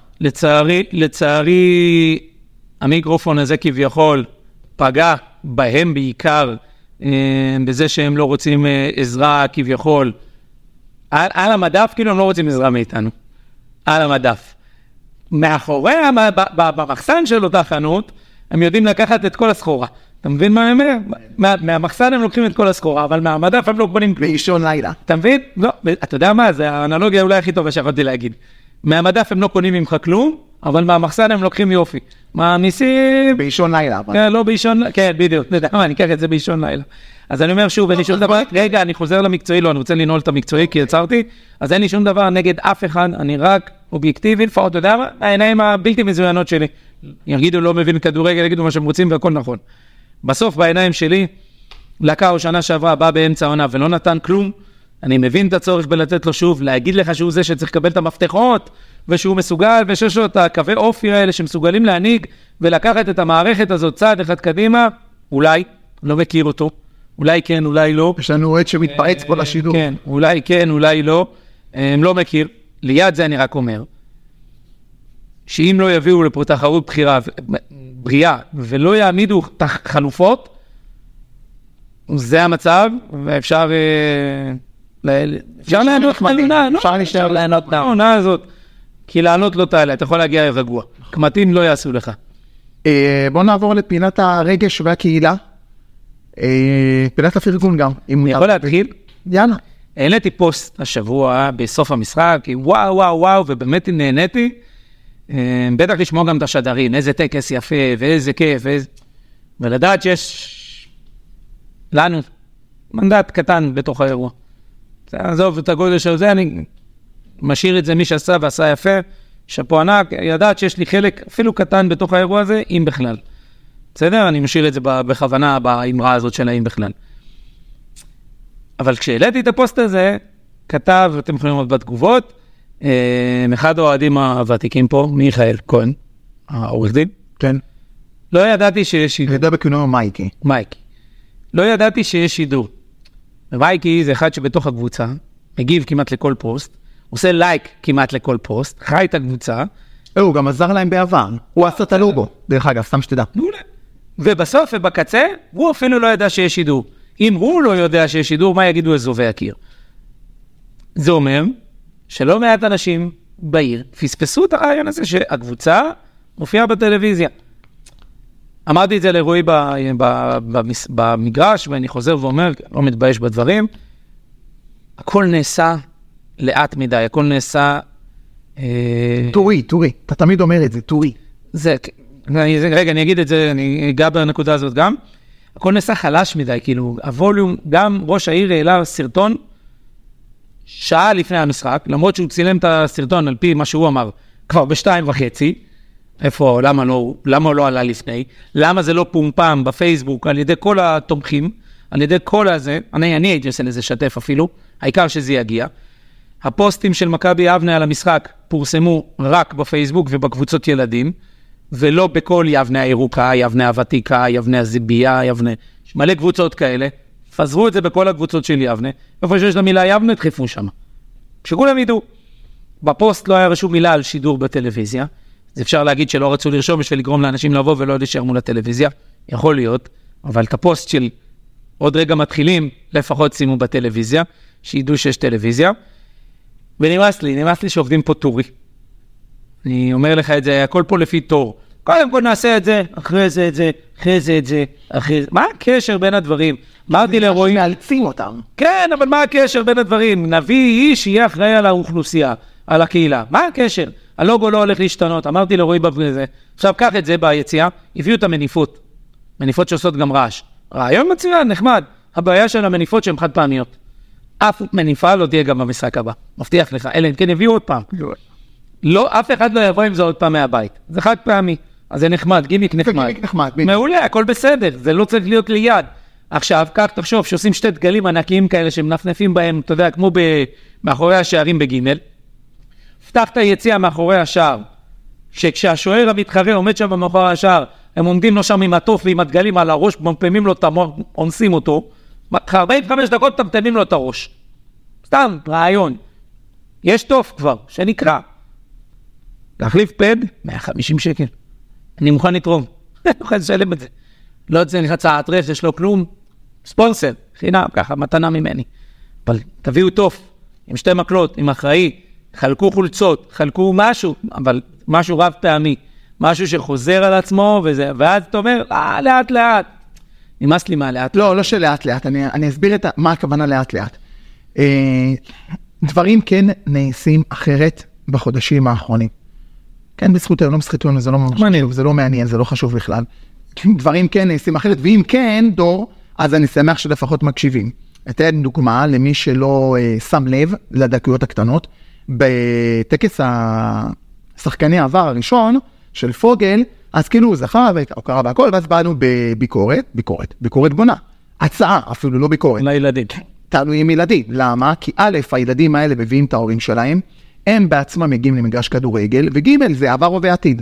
לצערי, המיקרופון הזה כביכול פגע בהם בעיקר, בזה שהם לא רוצים עזרה כביכול. על המדף, כאילו הם לא רוצים עזרה מאיתנו. על המדף. מאחורי, במחסן של אותה חנות, הם יודעים לקחת את כל הסחורה. אתה מבין מה הם אומר? מהמחסן הם לוקחים את כל הסחורה, אבל מהמדף הם לא קונים כלום. באישון לילה. אתה מבין? לא, אתה יודע מה? זה האנלוגיה אולי הכי טובה שיכולתי להגיד. מהמדף הם לא קונים ממך כלום, אבל מהמחסן הם לוקחים יופי. מעמיסים... באישון לילה. כן, לא באישון... כן, בדיוק. אני אקח את זה באישון לילה. אז אני אומר שוב, אין לי שום דבר... רגע, אני חוזר למקצועי, לא, אני רוצה לנעול את המקצועי, כי יצרתי. אז אין לי שום דבר נגד אף אחד, אני רק אובייקטיבי, לפחות, אתה יודע מה? העיניים הבלתי מזוינות שלי. יגידו, לא מבין כדורגל, יגידו מה שהם רוצים, והכל נכון. בסוף, בעיניים שלי, לקאו שנה שעברה, בא באמצע העונה ולא נתן כלום. אני מבין את הצורך בלתת לו שוב, להגיד לך שהוא זה שצריך לקבל את המפתחות, ושהוא מסוגל, ושיש לו את הקווי אופי האלה שמסוגלים להנהיג, ולקחת את המערכת הזאת צעד אחד קדימה, אולי, לא מכיר אותו, אולי כן, אולי לא. יש לנו עד שמתפרץ פה לשידור. כן, אולי כן, אולי לא. לא מכיר. ליד זה אני רק אומר, שאם לא יביאו לפה תחרות בריאה, ולא יעמידו חלופות, זה המצב, ואפשר לענות לעונה הזאת, כי לענות לא תעלה, אתה יכול להגיע רגוע. קמטים לא יעשו לך. בוא נעבור לפינת הרגש והקהילה. פינת הפרגון גם. אני יכול להתחיל? יאללה. העליתי פוסט השבוע בסוף המשחק, וואו וואו וואו, ובאמת נהניתי. בטח לשמוע גם את השדרים, איזה טקס יפה, ואיזה כיף, ולדעת שיש לנו מנדט קטן בתוך האירוע. עזוב את הגודל של זה, אני משאיר את זה מי שעשה ועשה יפה, שפה ענק, ידעת שיש לי חלק אפילו קטן בתוך האירוע הזה, אם בכלל. בסדר? אני משאיר את זה בכוונה, באמרה הזאת של האם בכלל. אבל כשהעליתי את הפוסט הזה, כתב, אתם יכולים לראות בתגובות, אחד האוהדים הוותיקים פה, מיכאל כהן, העורך דין. כן. לא ידעתי שיש שידור. ידע בכינויו מייקי. מייקי. לא ידעתי שיש שידור. ומייקי זה אחד שבתוך הקבוצה, מגיב כמעט לכל פוסט, עושה לייק כמעט לכל פוסט, חי את הקבוצה. הוא גם עזר להם בעבר. הוא עשה את הלוגו, דרך אגב, סתם שתדע. ובסוף ובקצה, הוא אפילו לא ידע שיש שידור. אם הוא לא יודע שיש שידור, מה יגידו אזובי הקיר? זה אומר שלא מעט אנשים בעיר פספסו את הרעיון הזה שהקבוצה מופיעה בטלוויזיה. אמרתי את זה לרועי במגרש, ואני חוזר ואומר, לא מתבייש בדברים, הכל נעשה לאט מדי, הכל נעשה... טורי, אתה תמיד אומר את זה, טורי. רגע, אני אגיד את זה, אני אגע בנקודה הזאת גם. הכל נעשה חלש מדי, כאילו, הווליום, גם ראש העיר העלה סרטון, שעה לפני המשחק, למרות שהוא צילם את הסרטון על פי מה שהוא אמר, כבר ב2:30, איפה, למה לא עלה לפני? למה זה לא פומפם בפייסבוק על ידי כל התומכים, על ידי כל הזה, אני הייתי עושה לזה שתף אפילו, העיקר שזה יגיע. הפוסטים של מכבי יבנה על המשחק פורסמו רק בפייסבוק ובקבוצות ילדים, ולא בכל יבנה הירוקה, יבנה הוותיקה, יבנה הזיבייה, יש מלא קבוצות כאלה, פזרו את זה בכל הקבוצות של יבנה, איפה שיש למילה יבנה, דחיפו שם. כשכולם ידעו, בפוסט לא היה רשום מילה על שידור בטלוויזיה, אז אפשר להגיד שלא רצו לרשום בשביל לגרום לאנשים לבוא ולא להישאר מול הטלוויזיה, יכול להיות, אבל את הפוסט של עוד רגע מתחילים, לפחות שימו בטלוויזיה, שידעו שיש טלוויזיה, ונמאס לי שעובדים פה טורי. אני אומר לך את זה, הכל פה לפי תור. קודם כל נעשה את זה, אחרי זה את זה, אחרי זה את זה, אחרי זה. מה הקשר בין הדברים? אמרתי לרועי... מאלצים אותם. כן, אבל מה הקשר בין הדברים? נביא איש שיהיה אחראי על האוכלוסייה, על הקהילה. מה הקשר? הלוגו לא הולך להשתנות. אמרתי לרועי בזה. עכשיו, קח את זה ביציאה, הביאו את המניפות. מניפות שעושות גם רעש. רעיון מצוין, נחמד. הבעיה של המניפות שהן חד פעמיות. אף מניפה לא תהיה גם במשחק הבא. מבטיח לך. אלא אם כן הביאו עוד פעם. לא, אף אחד לא יבוא עם זה עוד פעם מהבית. זה חד פעמי. אז זה נחמד, גימיק נחמד. מעולה, הכל בסדר. זה לא צריך להיות ליד. עכשיו, כך תחשוב שעושים שתי דגלים ענקיים כאלה שמנפנפים בהם, אתה יודע, כמו מאחורי השערים בגימל. פתח את היציאה מאחורי השער. שכשהשוער המתחרה עומד שם מאחורי השער, הם עומדים לו שם עם הטוף ועם הדגלים על הראש, מפמים לו את המוח, אונסים אותו. 45 דקות תמתמים לו את הראש. סתם, רעיון. יש טוף כבר, שנקרא. להחליף פד, 150 שקל. אני מוכן לתרום. אני מוכן לשלם את זה. לא יוצא לך צעת רף, יש לו כלום. ספונסר, חינם, ככה, מתנה ממני. אבל תביאו טוף, עם שתי מקלות, עם אחראי, חלקו חולצות, חלקו משהו, אבל משהו רב פעמי. משהו שחוזר על עצמו, ואז אתה אומר, לאט לאט. נמאס לי מה לאט. לא שלאט לאט, אני אסביר מה הכוונה לאט לאט. דברים כן נעשים אחרת בחודשים האחרונים. כן, בזכותנו, לא בזכותנו, זה לא מעניין, זה לא מעניין, זה לא חשוב בכלל. דברים כן נעשים אחרת, ואם כן, דור, אז אני שמח שלפחות מקשיבים. אתן דוגמה למי שלא שם לב לדקויות הקטנות, בטקס השחקני העבר הראשון של פוגל, אז כאילו הוא זכה והוקרה והכל, ואז באנו ביקורת בונה. הצעה, אפילו לא ביקורת. לילדים. תלויים ילדים. למה? כי א', הילדים האלה מביאים את ההורים שלהם, הם בעצמם מגיעים למגרש כדורגל, וג' זה עבר ועתיד.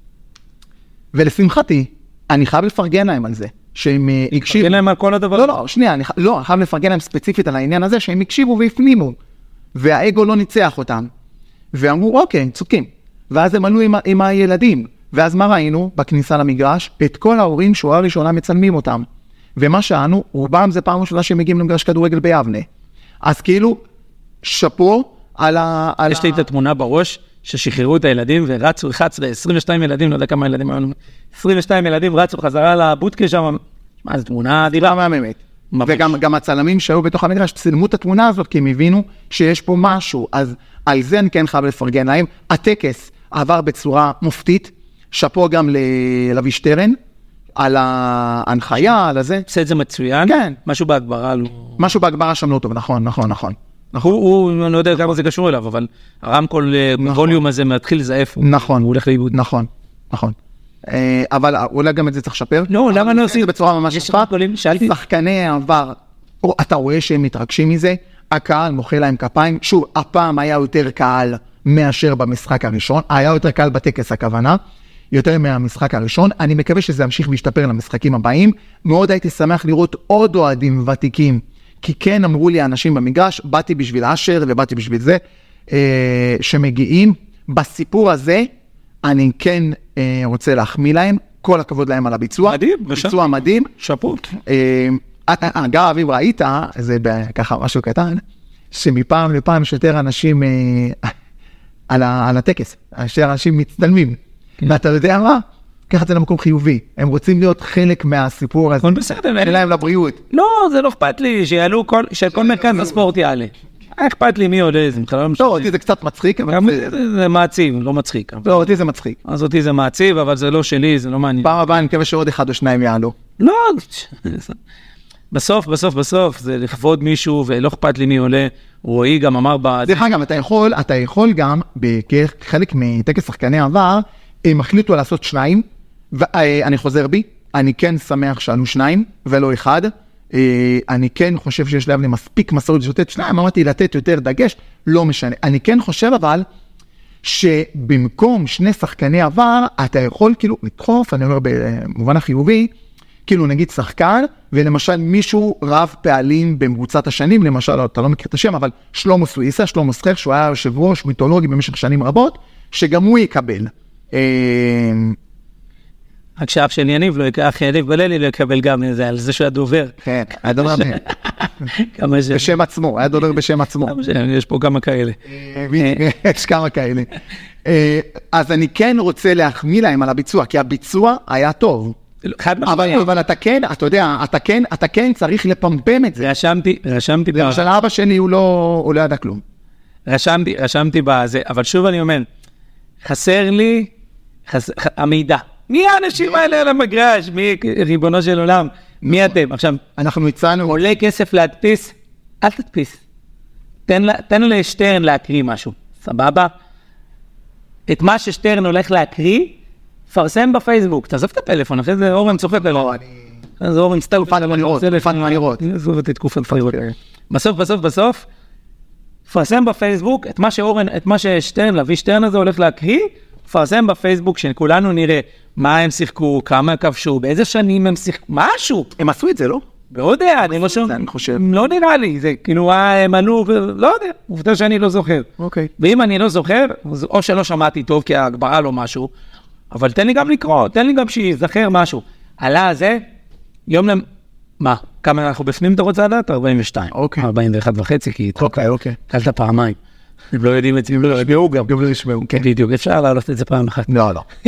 ולשמחתי, אני חייב לפרגן להם על זה, שהם הקשיבו. לפרגן להם על כל הדבר? לא, שנייה, אני חייב לפרגן להם ספציפית על העניין הזה, שהם הקשיבו והפנימו, והאגו לא ניצח אותם. ואמרו, אוקיי, צוקים. ואז הם עלו עם הילדים. ואז מה ראינו? בכניסה למגרש, את כל ההורים שורה ראשונה מצלמים אותם. ומה שענו, רובם זה פעם ראשונה שהם מגיעים למגרש כדורגל ביבנה. אז כאילו, שפו על יש לי את התמונה בראש, ששחררו את הילדים ורצו 22 ילדים, לא יודע כמה ילדים היו, 22 ילדים רצו חזרה לבוטקה שם, מה זו תמונה אדירה מהממת. וגם הצלמים שהיו בתוך המגרש, צילמו את התמונה הזאת, כי הם הבינו שיש פה משהו, אז על זה אני כן חייב לפרגן להם. הטקס עבר בצורה מופתית, שפו גם ללוי שטרן, על ההנחיה, על הזה. עושה את זה מצוין? כן. משהו בהגברה לא... משהו בהגברה שם לא טוב, נכון. הוא לא יודע כמה זה קשור אליו, אבל הרמקול ווליום הזה מתחיל לזעף. נכון. הוא הולך לאיבוד. נכון. אבל אולי גם את זה צריך לשפר. לא, למה לא עושים? זה בצורה ממש יפה. שחקני העבר, אתה רואה שהם מתרגשים מזה, הקהל מוחא להם כפיים. שוב, הפעם היה יותר קהל מאשר במשחק הראשון, היה יותר קהל בטקס הכוונה, יותר מהמשחק הראשון. אני מקווה שזה ימשיך וישתפר למשחקים הבאים. מאוד הייתי שמח לראות עוד אוהדים ותיקים, כי כן אמרו לי אנשים במגרש, באתי בשביל אשר ובאתי בשביל זה, שמגיעים. בסיפור הזה, אני כן רוצה להחמיא להם, כל הכבוד להם על הביצוע. מדהים, ביצוע מדהים. שפו. אגב, אביב, ראית, זה ככה משהו קטן, שמפעם לפעם שיותר אנשים על הטקס, שיותר אנשים מצטלמים. ואתה יודע מה? ככה זה למקום חיובי. הם רוצים להיות חלק מהסיפור הזה. כל בסדר. שלהם לבריאות. לא, זה לא אכפת לי, שכל מרכז הספורט יעלה. אכפת לי מי עולה, זה בכלל לא משנה. לא, אותי זה קצת מצחיק, אבל זה מעציב, לא מצחיק. לא, אותי זה מצחיק. אז אותי זה מעציב, אבל זה לא שלי, זה לא מעניין. פעם הבאה אני מקווה שעוד אחד או שניים יעלו. לא, בסוף, זה לכבוד מישהו, ולא אכפת לי מי עולה. רועי גם אמר דרך אגב, אתה יכול גם, בחלק מטקס שחקני עבר, הם החליטו לעשות 2, ואני חוזר בי, אני כן שמח שעלו 2, ולא 1. אני כן חושב שיש להם מספיק מסורת לתת 2, אמרתי לתת יותר דגש, לא משנה. אני כן חושב אבל, שבמקום 2 שחקני עבר, אתה יכול כאילו לדחוף, אני אומר במובן החיובי, כאילו נגיד שחקן, ולמשל מישהו רב פעלים במרוצת השנים, למשל, אתה לא מכיר את השם, אבל שלמה סוויסה, שלמה סחר, שהוא היה יושב ראש מיתולוגי במשך שנים רבות, שגם הוא יקבל. רק שאף של יניב לא יקח, יניב בללי לא יקבל גם איזה, על זה שהוא הדובר. כן, היה דובר בשם עצמו, היה דובר בשם עצמו. יש פה כמה כאלה. יש כמה כאלה. אז אני כן רוצה להחמיא להם על הביצוע, כי הביצוע היה טוב. אבל אתה כן, אתה יודע, אתה כן צריך לפמפם את זה. רשמתי. למשל, אבא שלי הוא לא ידע כלום. רשמתי בזה, אבל שוב אני אומר, חסר לי המידע. מי האנשים האלה על המגרש? מי, ריבונו של עולם? מי אתם? עכשיו, אנחנו הצענו... עולה כסף להדפיס? אל תדפיס. תן לשטרן להקריא משהו. סבבה? את מה ששטרן הולך להקריא, פרסם בפייסבוק. תעזוב את הפלאפון, אחרי זה אורם צוחק עליו. אז אורם סתם... פן לראות. עזוב את תקופת פייסבוק. בסוף, פרסם בפייסבוק את מה ששטרן, להביא שטרן הזה הולך להקריא, פרסם בפייסבוק שכולנו נראה מה הם שיחקו, כמה הם כבשו, באיזה שנים הם שיחקו, משהו. הם עשו את זה, לא? לא יודע, אני חושב. לא נראה לי, זה כאילו, הם עלו, לא יודע, עובדה שאני לא זוכר. אוקיי. ואם אני לא זוכר, או שלא שמעתי טוב, כי ההגברה לא משהו, אבל תן לי גם לקרוא, תן לי גם שיזכר משהו. עלה זה, יום מה? כמה אנחנו בפנים אתה רוצה לדעת? 42. אוקיי. 41 וחצי, כי אוקיי. קלת פעמיים. הם לא יודעים את זה, הם לא ישמעו גם לא ישמעו. כן, בדיוק, אפשר לעלות את זה פעם אחת. לא.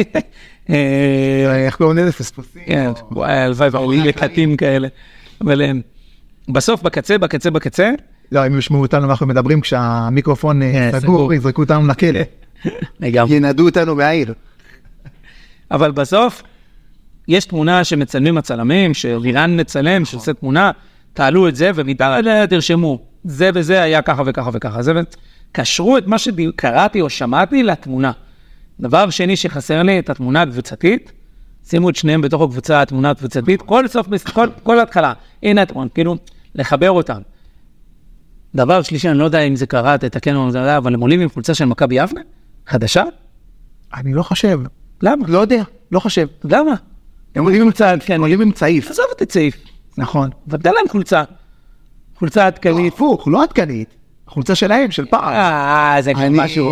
איך קוראים לזה פספוסים? כן, הלוואי והורים לקטים כאלה. אבל בסוף, בקצה. לא, אם ישמעו אותנו, אנחנו מדברים כשהמיקרופון סגור, יזרקו אותנו לכלא. ינדו אותנו מהעיר. אבל בסוף, יש תמונה שמצלמים הצלמים, שלירן מצלם, שעושה תמונה, תעלו את זה, ומתאר תרשמו, זה וזה היה ככה וככה וככה. קשרו את מה שקראתי או שמעתי לתמונה. דבר שני שחסר לי את התמונה הקבוצתית, שימו את שניהם בתוך הקבוצה, התמונה הקבוצתית, כל התחלה, הנה התמונה, כאילו, לחבר אותם. דבר שלישי, אני לא יודע אם זה קראת, תתקן או זה, אבל הם עולים עם חולצה של מכבי יבנה? חדשה? אני לא חושב. למה? לא יודע, לא חושב. למה? הם עולים עם צעיף. עזוב את הצעיף. נכון. ודע להם חולצה עדכנית. הפוך, לא עדכנית. חולצה שלהם, של פעם. זה משהו,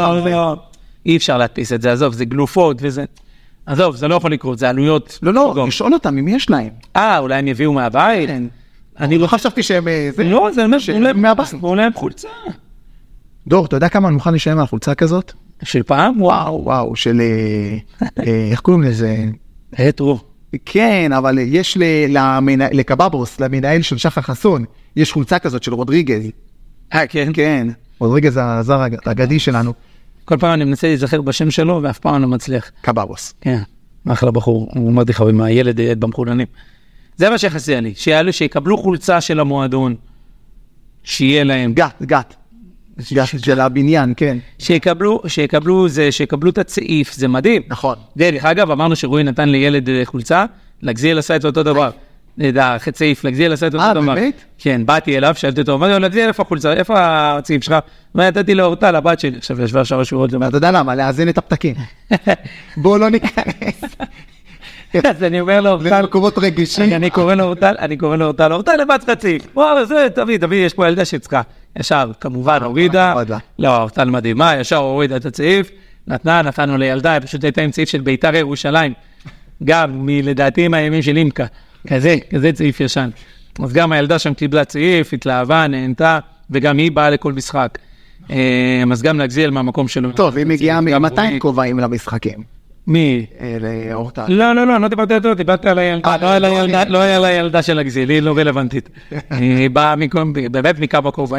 אי אפשר להדפיס את זה, עזוב, זה גלופות וזה. עזוב, זה לא יכול לקרות, זה עלויות. לא, לשאול אותם אם יש להם. אולי הם יביאו מהבית? אני לא חשבתי שהם... לא, זה אומר שהם מהבית. אולי חולצה. דור, אתה יודע כמה אני מוכן לשלם על חולצה כזאת? של פעם? וואו, של... איך קוראים לזה? הטרו. כן, אבל יש לקבבוס, למנהל של שחר חסון, יש חולצה כזאת של רודריגז. כן? כן. רודריגז זה הזר האגדי שלנו. כל פעם אני מנסה להיזכר בשם שלו, ואף פעם לא מצליח. קבבוס. כן. אחלה בחור. הוא אומר לך, עם הילד במחולנים. זה מה שחסר לי. שיקבלו חולצה של המועדון. שיהיה להם. גת. של הבניין, כן. שיקבלו את הצעיף, זה מדהים. נכון. דרך אגב, אמרנו שרועי נתן לילד חולצה, לגזיאל עשה את אותו דבר. צעיף, לגזיאל עשה את אותו דבר. באמת? כן, באתי אליו, שאלתי אותו, אמרתי לו, לגזיאל, איפה החולצה? איפה הצעיף שלך? ונתתי לו אותה לבת שלי. עכשיו ישבה שעה שורות. אתה יודע למה? להאזין את הפתקים. בואו לא ניכנס. אז אני אומר לו, למקומות רגישים. אני קורא לו אותה, לבת חצי. וואו, זה, תביא, יש פה ילדה שצריכה. ישר, כמובן, הורידה. לא, אותה מדהימה, ישר הורידה את הצעיף. נתנו לילדה, פשוט הייתה עם צעיף של ביתר ירושלים. גם מלדעתי מהימים של אימקה. כזה צעיף ישן. אז גם הילדה שם קיבלה צעיף, התלהבה, נהנתה, וגם היא באה לכל משחק. אז גם להגזיל מהמקום שלו. טוב, היא מגיעה 200 כובעים למשחקים. מי? לאורטל. לא דיברתי על זה, דיברתי על הילדה, לא על הילדה של הגזיל, היא לא רלוונטית. היא באה באמת מכמה כובעים,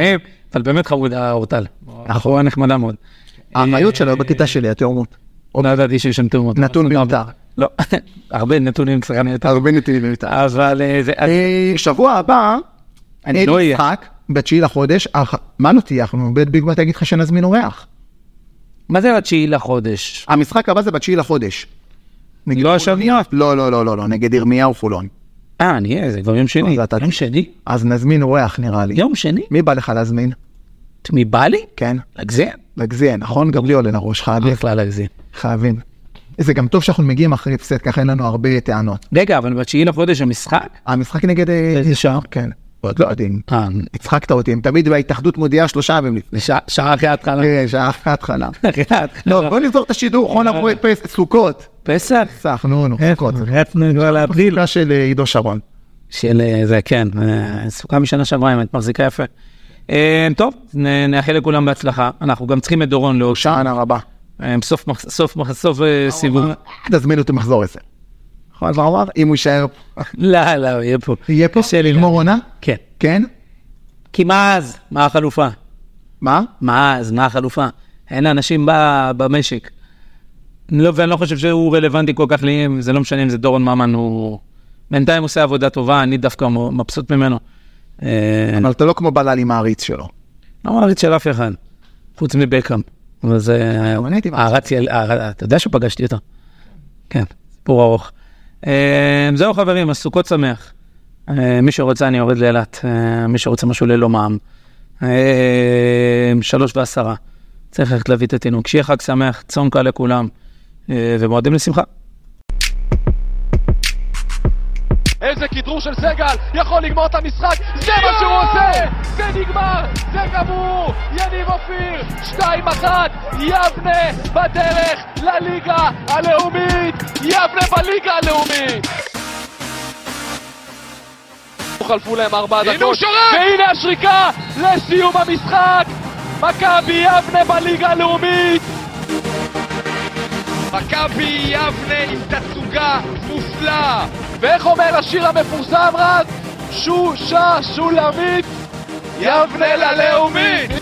אבל באמת חמוד אורטל. בחורה נחמדה מאוד. האחיות שלו בכיתה שלי, התאומות. לא ידעתי שיש שם תאומות. נתון מיותר. לא, הרבה נתונים שחקני יותר. הרבה נתונים מיותר. אבל זה... שבוע הבא, אני לא אהיה. משחק ב9 לחודש, מה לא תהיה? אנחנו בביגמה תגיד לך שנזמין אורח. מה זה 9 לחודש? המשחק הבא זה ב9 לחודש. לא השבוע? לא, נגד ירמיהו חולון. אני אהיה, זה כבר יום שני. יום שני? אז נזמין אורח נראה לי. יום שני? מי בא לך להזמין? מי בא לי? כן. לגזיין, נכון? גם לי עולה לראש, חייבים. זה גם טוב שאנחנו מגיעים אחרי הפסד, ככה אין לנו הרבה טענות. רגע, אבל ב9 לחודש המשחק? המשחק נגד... איזה שעה? כן. עוד לא יודעים. הצחקת אותי, הם תמיד בהתאחדות מודיעה 3 ימים לפני. שעה אחרי ההתחלה. שעה אחרי ההתחלה. לא, בוא נזור את השידור, חון עברו את סוכות. פסח? פסח, נו, סוכות. רצנו כבר להבדיל. סוכה של עידו שרון. של זה, כן. סוכה משנה שעברה, האמת, מחזיקה יפה. טוב, נאחל לכולם בהצלחה. אנחנו גם צריכים את דורון לעוד. שנה רבה. סוף סיבוב. תזמין אותו מחזור 10. נכון, מה אמר? אם הוא יישאר... לא, יהיה פה. יהיה פה? לגמור עונה? כן. כן? כי מה אז? מה החלופה? מה? מה אז? מה החלופה? אין אנשים במשק. ואני לא חושב שהוא רלוונטי כל כך לי, זה לא משנה אם זה דורון ממן, הוא בינתיים עושה עבודה טובה, אני דווקא מבסוט ממנו. אבל אתה לא כמו בללי מעריץ שלו. לא מעריץ של אף אחד, חוץ מבקאם. אבל זה... אתה יודע שפגשתי אותו? כן, סיפור ארוך. זהו חברים, הסוכות שמח. מי שרוצה אני יורד לאילת, מי שרוצה משהו ללא מע"מ. 3:10. צריך ללכת להביא את התינוק. שיהיה חג שמח, צום קל לכולם, ומועדים לשמחה. איזה כדרור של סגל, יכול לגמור את המשחק, זה מה שהוא עושה, זה נגמר, זה גמור, יניב אופיר, 2-1, יבנה בדרך לליגה הלאומית, יבנה בליגה הלאומית. חלפו להם 4 דקות, והנה השריקה לסיום המשחק, מכבי יבנה בליגה הלאומית. מכבי יבנה עם תצוגה מופלאה. ואיך אומר השיר המפורסם רז? שושה שולמית, יבנה ללאומית.